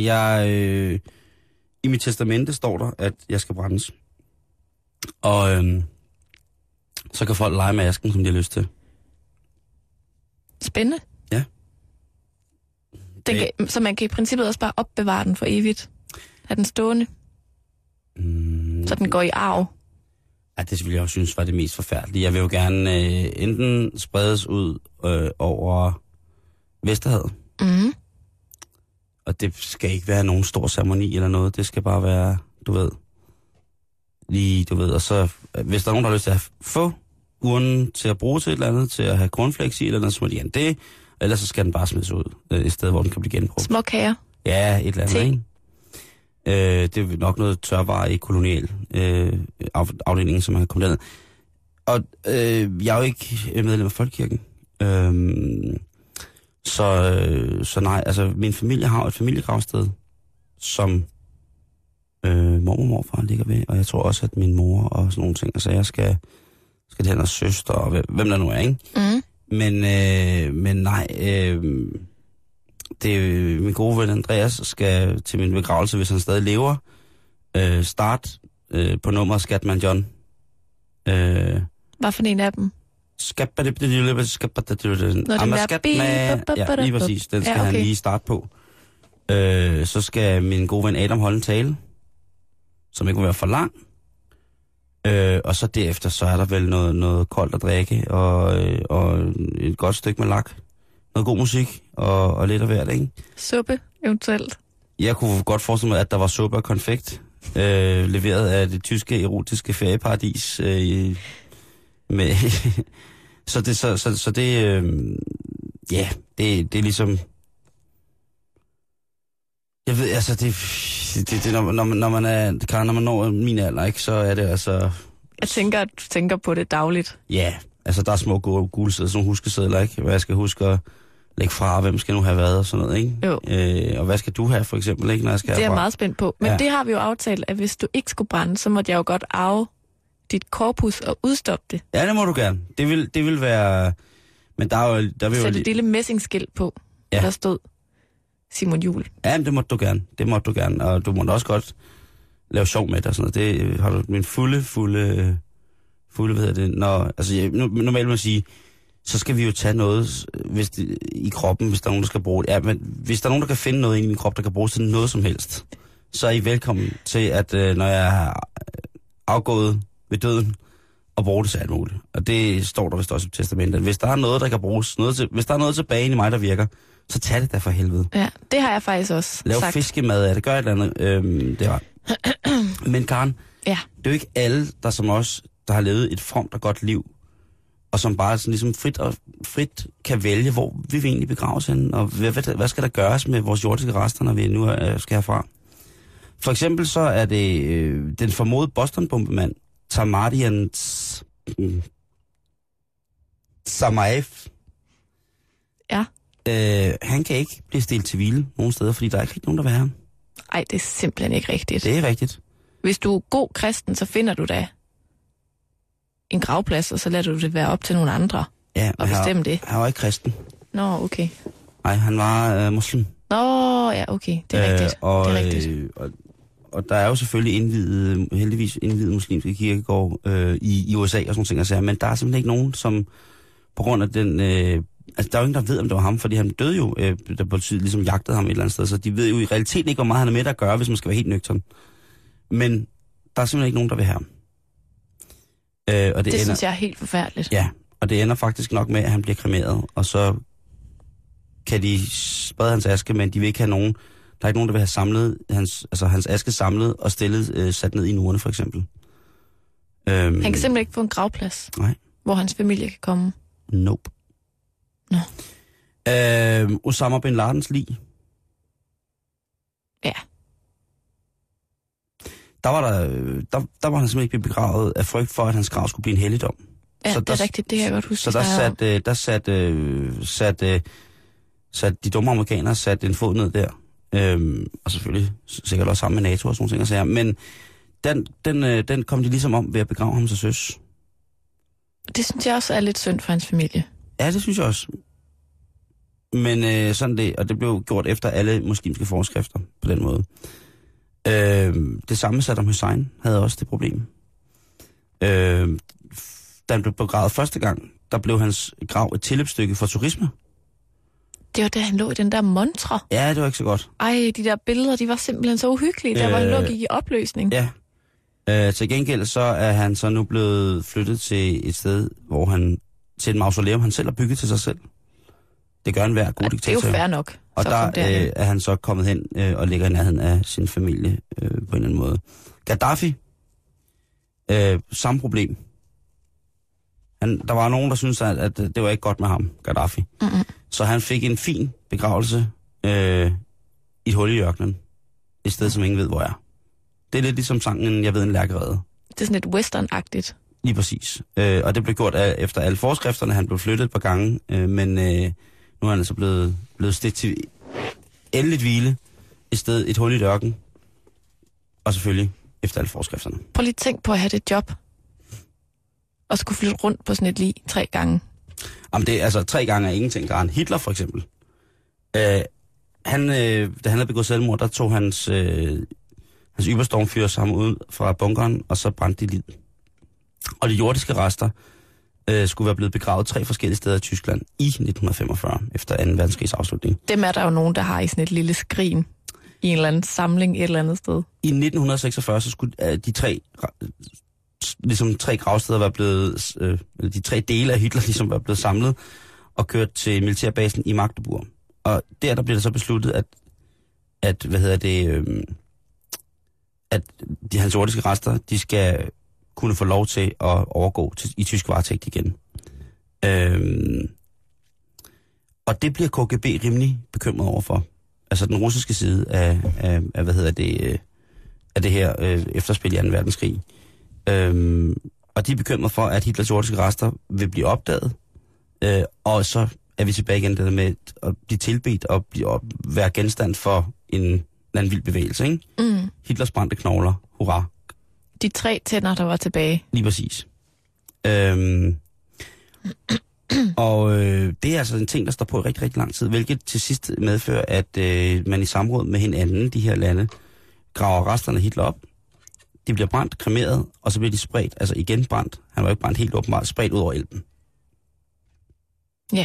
i mit testamente står der, at jeg skal brændes. Og så kan folk lege med asken, som de har lyst til. Spændende. Ja. Så man kan i princippet også bare opbevare den for evigt. Have den stående? Så den går i arv? Ja, det ville jeg også synes var det mest forfærdelige. Jeg vil jo gerne enten spredes ud over Vesterhavet. Mm. Og det skal ikke være nogen stor ceremoni eller noget. Det skal bare være, du ved, og så, hvis der er nogen, der har lyst til at få urnen til at bruge til et eller andet, til at have cornflakes i eller andet, så må de gerne det. Ellers så skal den bare smides ud et sted, hvor den kan blive genbrugt. Små kager? Ja, et eller andet, ikke? Det er nok noget tørvare i kolonial afdelingen, som man kan komme derned. Og jeg er jo ikke medlem af Folkekirken. Så nej, altså min familie har et familiegravsted, som mormor og morfar ligger ved, og jeg tror også, at min mor og sådan nogle ting, altså jeg skal til hendes søster, og hvem der nu er, ikke? Mm. Men nej, det er min gode ven Andreas skal til min begravelse, hvis han stadig lever, start på nummeret Skatman John. Hvad for en af dem? Ja, lige præcis. Den skal han lige starte på. Så skal min gode ven Adam holde en tale, som ikke må være for lang. Og så derefter, så er der vel noget koldt at drikke, og et godt stykke med lak. Noget god musik, og lidt af hvert, ikke? Suppe, eventuelt. Jeg kunne godt forestille mig, at der var suppe og konfekt, leveret af det tyske erotiske ferieparadis. Med så det, ja, det er ligesom... Jeg ved, altså, det når man når min alder, ikke, så er det altså... Jeg tænker, at du tænker på det dagligt. Ja, altså der er små gule sædler, sådan nogle huskesedler, ikke? Hvad jeg skal huske at lægge fra, hvem skal nu have været og sådan noget, ikke? Jo. Og hvad skal du have, for eksempel, ikke, når jeg skal Det er herfra? jeg meget spændt på. Men det har vi jo aftalt, at hvis du ikke skulle brænde, så måtte jeg jo godt arve dit korpus og udstoppe det. Ja, det må du gerne. Det vil være... Men der vil jo... Sæt et lille messingskilt på, der stod Simon Juhl. Ja, men det måtte du gerne. Og du måtte også godt lave sjov med det og sådan noget. Det har du min fulde, hvad hedder det, normalt vil man sige, så skal vi jo tage noget i kroppen, hvis der er nogen, der skal bruge det. Ja, men hvis der er nogen, der kan finde noget i min krop, der kan bruges til noget som helst, så er I velkommen til, at når jeg er afgået ved døden, og bruge det til alt muligt. Og det står der vist også i testamentet. Hvis der er noget, der kan bruges, hvis der er noget tilbage i mig, der virker, så tag det da for helvede. Ja, det har jeg faktisk også Lav sagt. fiskemad af det, gør et eller andet. Det var. Men Karen, ja. Det er jo ikke alle, der som os, der har levet et fromt og godt liv, og som bare sådan ligesom frit kan vælge, hvor vi vil egentlig begraves henne, og hvad skal der gøres med vores jordiske rester, når vi nu skal herfra. For eksempel så er det den formodede Boston-bombemand, Tamardian Samaev. Ja. Han kan ikke blive stillet til hvile nogen steder, fordi der er ikke rigtig nogen, der vil have ham. Ej, det er simpelthen ikke rigtigt. Det er rigtigt. Hvis du er god kristen, så finder du da en gravplads, og så lader du det være op til nogle andre og bestemme det. Han var ikke kristen. Nå, okay. Nej, han var muslim. Nå, ja, okay. Det er rigtigt. Og, det er rigtigt. Og der er jo selvfølgelig heldigvis indviede muslimske kirkegård i USA og sådan nogle ting, men der er simpelthen ikke nogen, som på grund af den... altså, der er jo ingen, der ved, om det var ham, fordi han døde jo, da politiet ligesom jagtede ham et eller andet sted, så de ved jo i realiteten ikke, hvor meget han er med at gøre, hvis man skal være helt nøgtern. Men der er simpelthen ikke nogen, der vil have ham. Og det synes jeg er helt forfærdeligt. Ja, og det ender faktisk nok med, at han bliver kremeret, og så kan de sprede hans aske, men de vil ikke have nogen... Der er ikke nogen, der vil have samlet hans aske samlet og stillet sat ned i en urne, for eksempel. Han kan simpelthen ikke få en gravplads, nej. Hvor hans familie kan komme. Nope. Nå. Osama bin Ladens lig. Ja. Der var han simpelthen ikke blevet begravet af frygt for, at hans grav skulle blive en helligdom. Ja, så det er rigtigt, det kan jeg godt huske. Så satte de dumme amerikanere satte en fod ned der. Og selvfølgelig sikkert også sammen med NATO og sådan nogle ting. Men den kom de ligesom om ved at begrave ham til søs. Det synes jeg også er lidt synd for hans familie. Ja, det synes jeg også. Men sådan det, og det blev gjort efter alle muslimske forskrifter på den måde. Det samme Saddam Hussein havde også det problem. Da han blev begravet første gang, der blev hans grav et tilløbsstykke for turisme. Det var da han lå i den der montre. Ja, det var ikke så godt. Ej, de der billeder, de var simpelthen så uhyggelige. Der var han lå i opløsning. Ja. Til gengæld så er han så nu blevet flyttet til et sted, hvor han til et mausoleum, han selv har bygget til sig selv. Det gør en hver god diktator. Det er jo fair nok. Og der er han så kommet hen og ligger i nærheden af sin familie på en eller anden måde. Gaddafi, samme problem. Der var nogen, der syntes, at det var ikke godt med ham, Gaddafi. Mm-hmm. Så han fik en fin begravelse i et hul i ørkenen. Et sted, som ingen ved, hvor er. Det er lidt ligesom sangen, jeg ved, en lærkerede. Det er sådan lidt western-agtigt. Lige præcis. Og det blev gjort efter alle forskrifterne. Han blev flyttet et par gange, men nu er han altså blevet stedt til endeligt hvile. Et hul i ørken. Og selvfølgelig efter alle forskrifterne. Prøv lige at tænke på at have det job. Og skulle flytte rundt på sådan et lig 3 gange. Jamen det er altså 3 gange er ingenting. Der er en Hitler for eksempel. Da han havde begået selvmord, der tog hans yberstormfyr sammen ud fra bunkeren, og så brændte de liv. Og de jordiske rester skulle være blevet begravet 3 forskellige steder i Tyskland i 1945, efter 2. verdenskrigs afslutning. Dem er der jo nogen, der har i sådan et lille skrin i en eller anden samling et eller andet sted. I 1946 så skulle de 3 gravsteder være blevet, de 3 dele af Hitler ligesom var blevet samlet og kørt til militærbasen i Magdeburg. Og der blev det så besluttet, at hans jordiske rester, de skal kunne få lov til at overgå i tysk varetægt igen. Og det bliver KGB rimelig bekymret overfor. Altså den russiske side af det her efterspil i 2. verdenskrig. Og de er bekymret for, at Hitlers jordiske rester vil blive opdaget. Og så er vi tilbage igen det med at blive tilbedt og være genstand for en anden vild bevægelse, ikke? Mm. Hitlers brændte knogler. Hurra. De 3 tænder, der var tilbage. Lige præcis. Det er altså en ting, der står på i rigtig, rigtig lang tid, hvilket til sidst medfører, at man i samråd med hinanden, de her lande, graver resterne af Hitler op. De bliver brændt, kremeret, og så bliver de spredt, altså igen brændt. Han var ikke brændt helt åbenbart, spredt ud over Elben. Ja.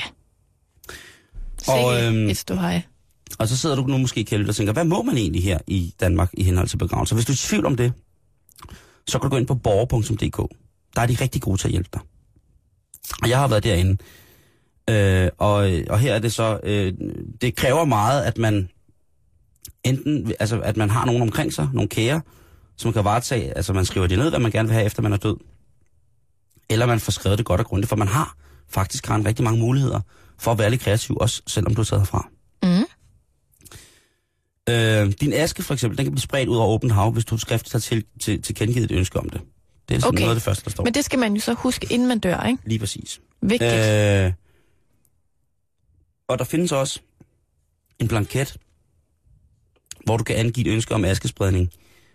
Et ståhej. Og så sidder du nu måske, Kjeld, og tænker, hvad må man egentlig her i Danmark i henhold til begravelser? Hvis du er i tvivl om det, så kan du gå ind på borger.dk. Der er de rigtig gode til at hjælpe dig. Og jeg har været derinde. Og her er det så, det kræver meget, at man enten, altså at man har nogen omkring sig, nogle kære, som kan varetage, altså man skriver det ned, hvad man gerne vil have, efter man er død. Eller man får skrevet det godt og grundigt, for man har faktisk rigtig mange muligheder for at være lidt kreativ, også selvom du er taget herfra. Mm. Din aske for eksempel, den kan blive spredt ud over åbent hav, hvis du skriftligt har tilkendegivet et ønske om det. Det er noget af det første, der står. Men det skal man jo så huske, inden man dør, ikke? Lige præcis. Vigtigt. Og der findes også en blanket, hvor du kan angive et ønske om askespredning.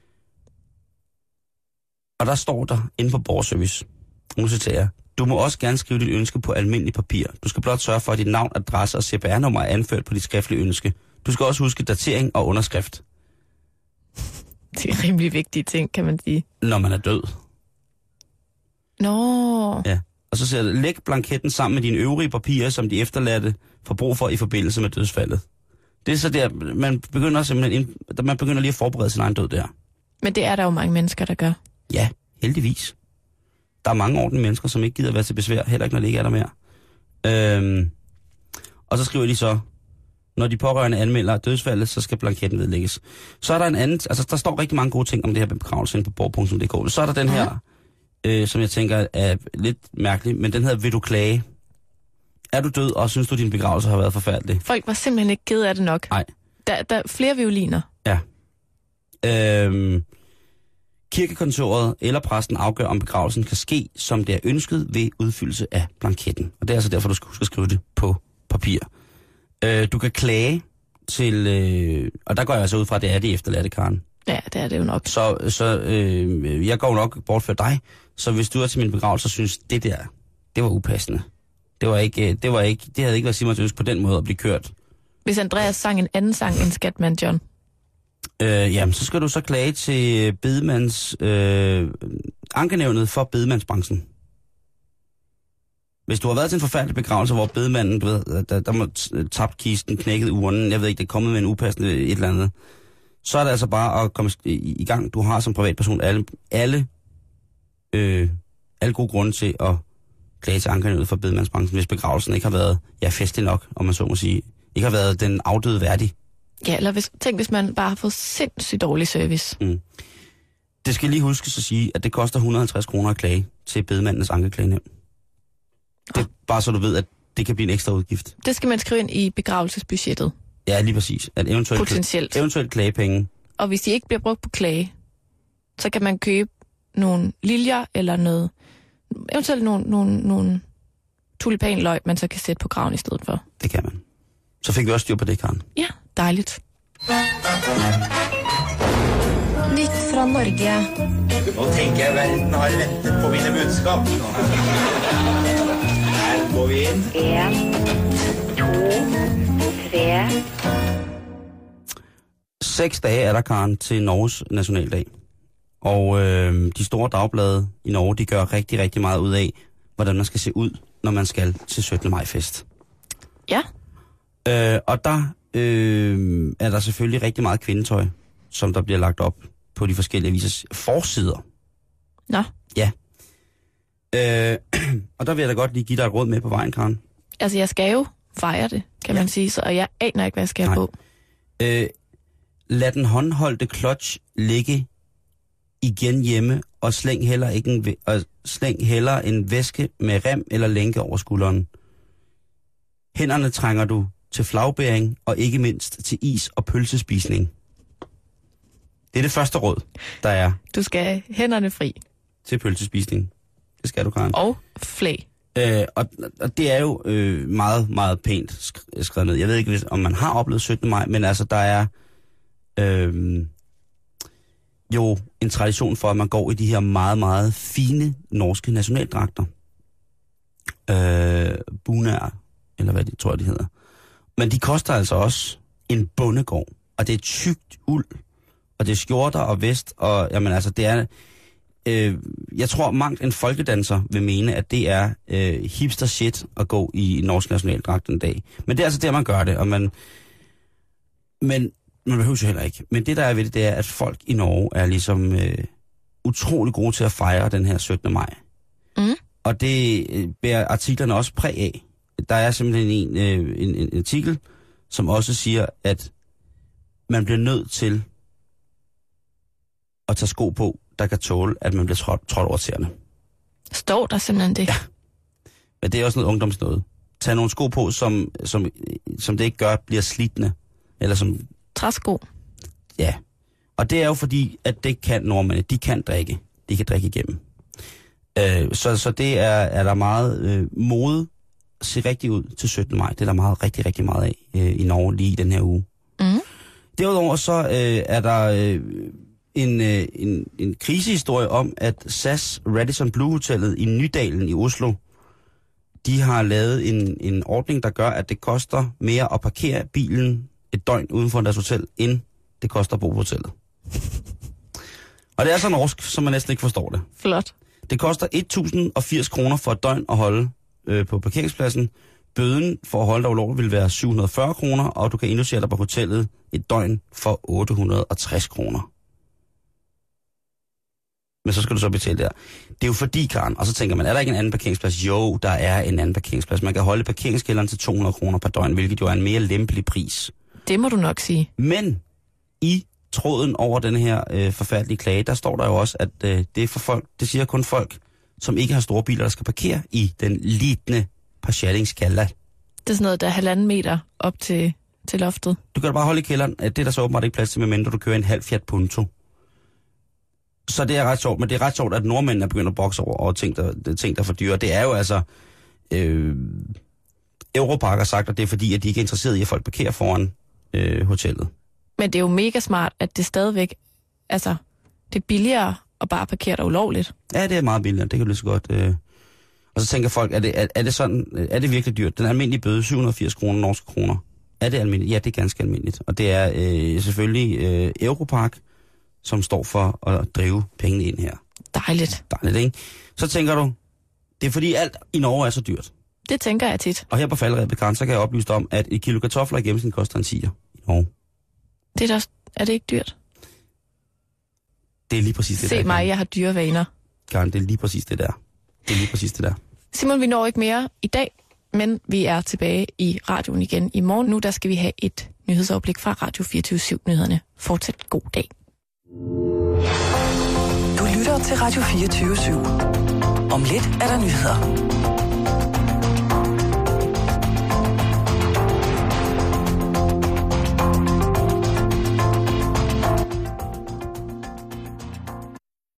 Og der står der inde på borgerservice, nu citerer jeg, du må også gerne skrive dit ønske på almindelig papir. Du skal blot sørge for, at dit navn, adresse og CPR-nummer er anført på dit skriftlige ønske. Du skal også huske datering og underskrift. Det er rimelig vigtige ting, kan man sige. Når man er død. Nå. Ja. Og så siger det, læg blanketten sammen med dine øvrige papirer, som de efterladte får brug for i forbindelse med dødsfaldet. Det er så der, man begynder lige at forberede sin egen død der. Men det er der jo mange mennesker, der gør. Ja, heldigvis. Der er mange ordentlige mennesker, som ikke gider være til besvær, heller ikke når det ikke er der mere. Og så skriver de så, når de pårørende anmelder dødsfaldet, så skal blanketten vedlægges. Så er der en anden, altså der står rigtig mange gode ting om det her med begravelse inde på borg.dk. Så er der den her, som jeg tænker er lidt mærkelig, men den hedder, vil du klage? Er du død, og synes du, din begravelse har været forfærdelig? Folk var simpelthen ikke ked af det nok. Nej. Der er flere violiner. Ja. Kirkekontoret eller præsten afgør, om begravelsen kan ske, som det er ønsket ved udfyldelse af blanketten. Og det er altså derfor, du skal huske at skrive det på papir. Du kan klage til, og der går jeg altså ud fra, at det er det efterladte, Karen. Ja, det er det jo nok. Så jeg går nok bort for dig, så hvis du er til min begravelse, så synes det der, det var upassende. Det havde ikke været Simons ønske på den måde at blive kørt. Hvis Andreas sang en anden sang end Skatman John? Jamen, så skal du så klage til ankenævnet for bedemandsbranchen. Hvis du har været til en forfærdelig begravelse, hvor bedemanden, du ved, der må tabt kisten, knækket urnen, jeg ved ikke, det er kommet med en upassende et eller andet, så er det altså bare at komme i gang. Du har som privatperson alle gode grunde til at klage til ankenævnet for bedemandsbranchen, hvis begravelsen ikke har været festlig nok, om man så må sige. Ikke har været den afdøde værdig. Ja, eller tænk, hvis man bare har fået sindssygt dårlig service. Det skal lige huskes at sige, at det koster 150 kroner at klage til bedemandens ankeklagenævn. Det er bare så du ved, at det kan blive en ekstra udgift. Det skal man skrive ind i begravelsesbudgettet. Ja, lige præcis. At eventuelt klagepenge. Og hvis de ikke bliver brugt på klage, så kan man købe nogle liljer eller noget, eventuelt nogle tulipanløg, man så kan sætte på graven i stedet for. Det kan man. Så fik vi også styr på det, Karen. Ja, dejligt. Nyt fra Norge. Nå tænker jeg, verden har ventet på mine budskab. Her går vi ind. 1, 2, 3. 6 dage er der, Karen, til Norges nationaldag. Og de store dagblade i Norge, de gør rigtig, rigtig meget ud af, hvordan man skal se ud, når man skal til 17. maj-fest. Ja. Og der er der selvfølgelig rigtig meget kvindetøj, som der bliver lagt op på de forskellige avisers forsider. Nå. Ja. Og der vil jeg da godt lige give dig et råd med på vejen, Karen. Altså, jeg skal jo fejre det, kan man sige, og jeg aner ikke, hvad jeg skal have på. Lad den håndholdte clutch ligge igen hjemme, og slæng heller en væske med rem eller lænke over skulderen. Hænderne trænger du til flagbæring, og ikke mindst til is- og pølsespisning. Det er det første råd, der er. Du skal have hænderne fri. Til pølsespisning. Det skal du, Karen. Og flag. Og det er jo meget, meget pænt skrevet ned. Jeg ved ikke, om man har oplevet 17. maj, men altså, der er jo en tradition for, at man går i de her meget, meget fine norske nationaldragter. Bunær, eller hvad det tror jeg, de hedder. Men de koster altså også en bondegård, og det er tykt uld, og det er skjorter og vest, og jamen altså, det er... jeg tror, mangt en folkedanser vil mene, at det er hipster shit at gå i norsk nationaldragt en dag. Men det er altså der, man gør det, og men man behøver jo heller ikke. Men det, der er ved det, det er, at folk i Norge er ligesom utrolig gode til at fejre den her 17. maj. Mm. Og det bærer artiklerne også præg af. Der er simpelthen en artikel, som også siger, at man bliver nødt til at tage sko på, der kan tåle, at man bliver trådt over tæerne. Står der simpelthen det? Ja. Men det er også noget ungdomsnåde. Tag nogle sko på, som det ikke gør, bliver slidende. Eller som... Træsko. Ja. Og det er jo fordi, at det kan nordmændene. De kan drikke. De kan drikke igennem. Så det er der meget mode se rigtig ud til 17. maj. Det er der meget, rigtig, rigtig meget af i Norge lige i den her uge. Mm. Derudover så er der en krisehistorie om, at SAS Radisson Blu Hotellet i Nydalen i Oslo, de har lavet en ordning, der gør, at det koster mere at parkere bilen et døgn uden for deres hotel, end det koster at bo på hotellet. Og det er så norsk, som man næsten ikke forstår det. Flot. Det koster 1.080 kroner for et døgn at holde på parkeringspladsen. Bøden for at holde dig ulovligt vil være 740 kroner, og du kan indlogere dig på hotellet et døgn for 860 kroner. Men så skal du så betale der. Det er jo fordi, Karen, og så tænker man, er der ikke en anden parkeringsplads? Jo, der er en anden parkeringsplads. Man kan holde parkeringskælderen til 200 kroner per døgn, hvilket jo er en mere lempelig pris. Det må du nok sige. Men i tråden over den her forfærdelige klage, der står der jo også, at det er for folk, det siger kun folk, som ikke har store biler, der skal parkere i den lidende parkeringskælder. Det er sådan noget, der er 1,5 meter op til loftet. Du kan da bare holde i kælderen. Det er der så åbenbart ikke plads til, medmindre du kører en halv Fiat Punto. Så det er ret sjovt, men det er ret sjovt, at nordmændene er begyndt at bokse over ting, der er for dyre. Det er jo altså... Europark har sagt, at det er fordi, at de ikke er interesseret i, at folk parkerer foran hotellet. Men det er jo mega smart, at det stadigvæk... Altså, det er billigere at bare parkere der ulovligt. Ja, det er meget billigere. Det kan du lige så godt... Og så tænker folk, er det sådan... Er det virkelig dyrt? Den almindelige bøde, 780 kroner, norske kroner. Er det almindeligt? Ja, det er ganske almindeligt. Og det er selvfølgelig Europark, som står for at drive pengene ind her. Dejligt. Dejligt, ikke? Så tænker du, det er fordi alt i Norge er så dyrt. Det tænker jeg tit. Og her på Falderebet, Karen, så kan jeg oplyse dig om, at 1 kilo kartofler i gennemsnit koster en 10'er i Norge. Er det ikke dyrt? Det er lige præcis det Se der. mig, Karen. jeg har dyre vaner. Karen, det er lige præcis det der. Simon, vi når ikke mere i dag, men vi er tilbage i radioen igen i morgen. Nu der skal vi have et nyhedsoverblik fra Radio 24/7-nyhederne. Fortsat god dag. Du lytter til Radio 24/7. Om lidt er der nyheder.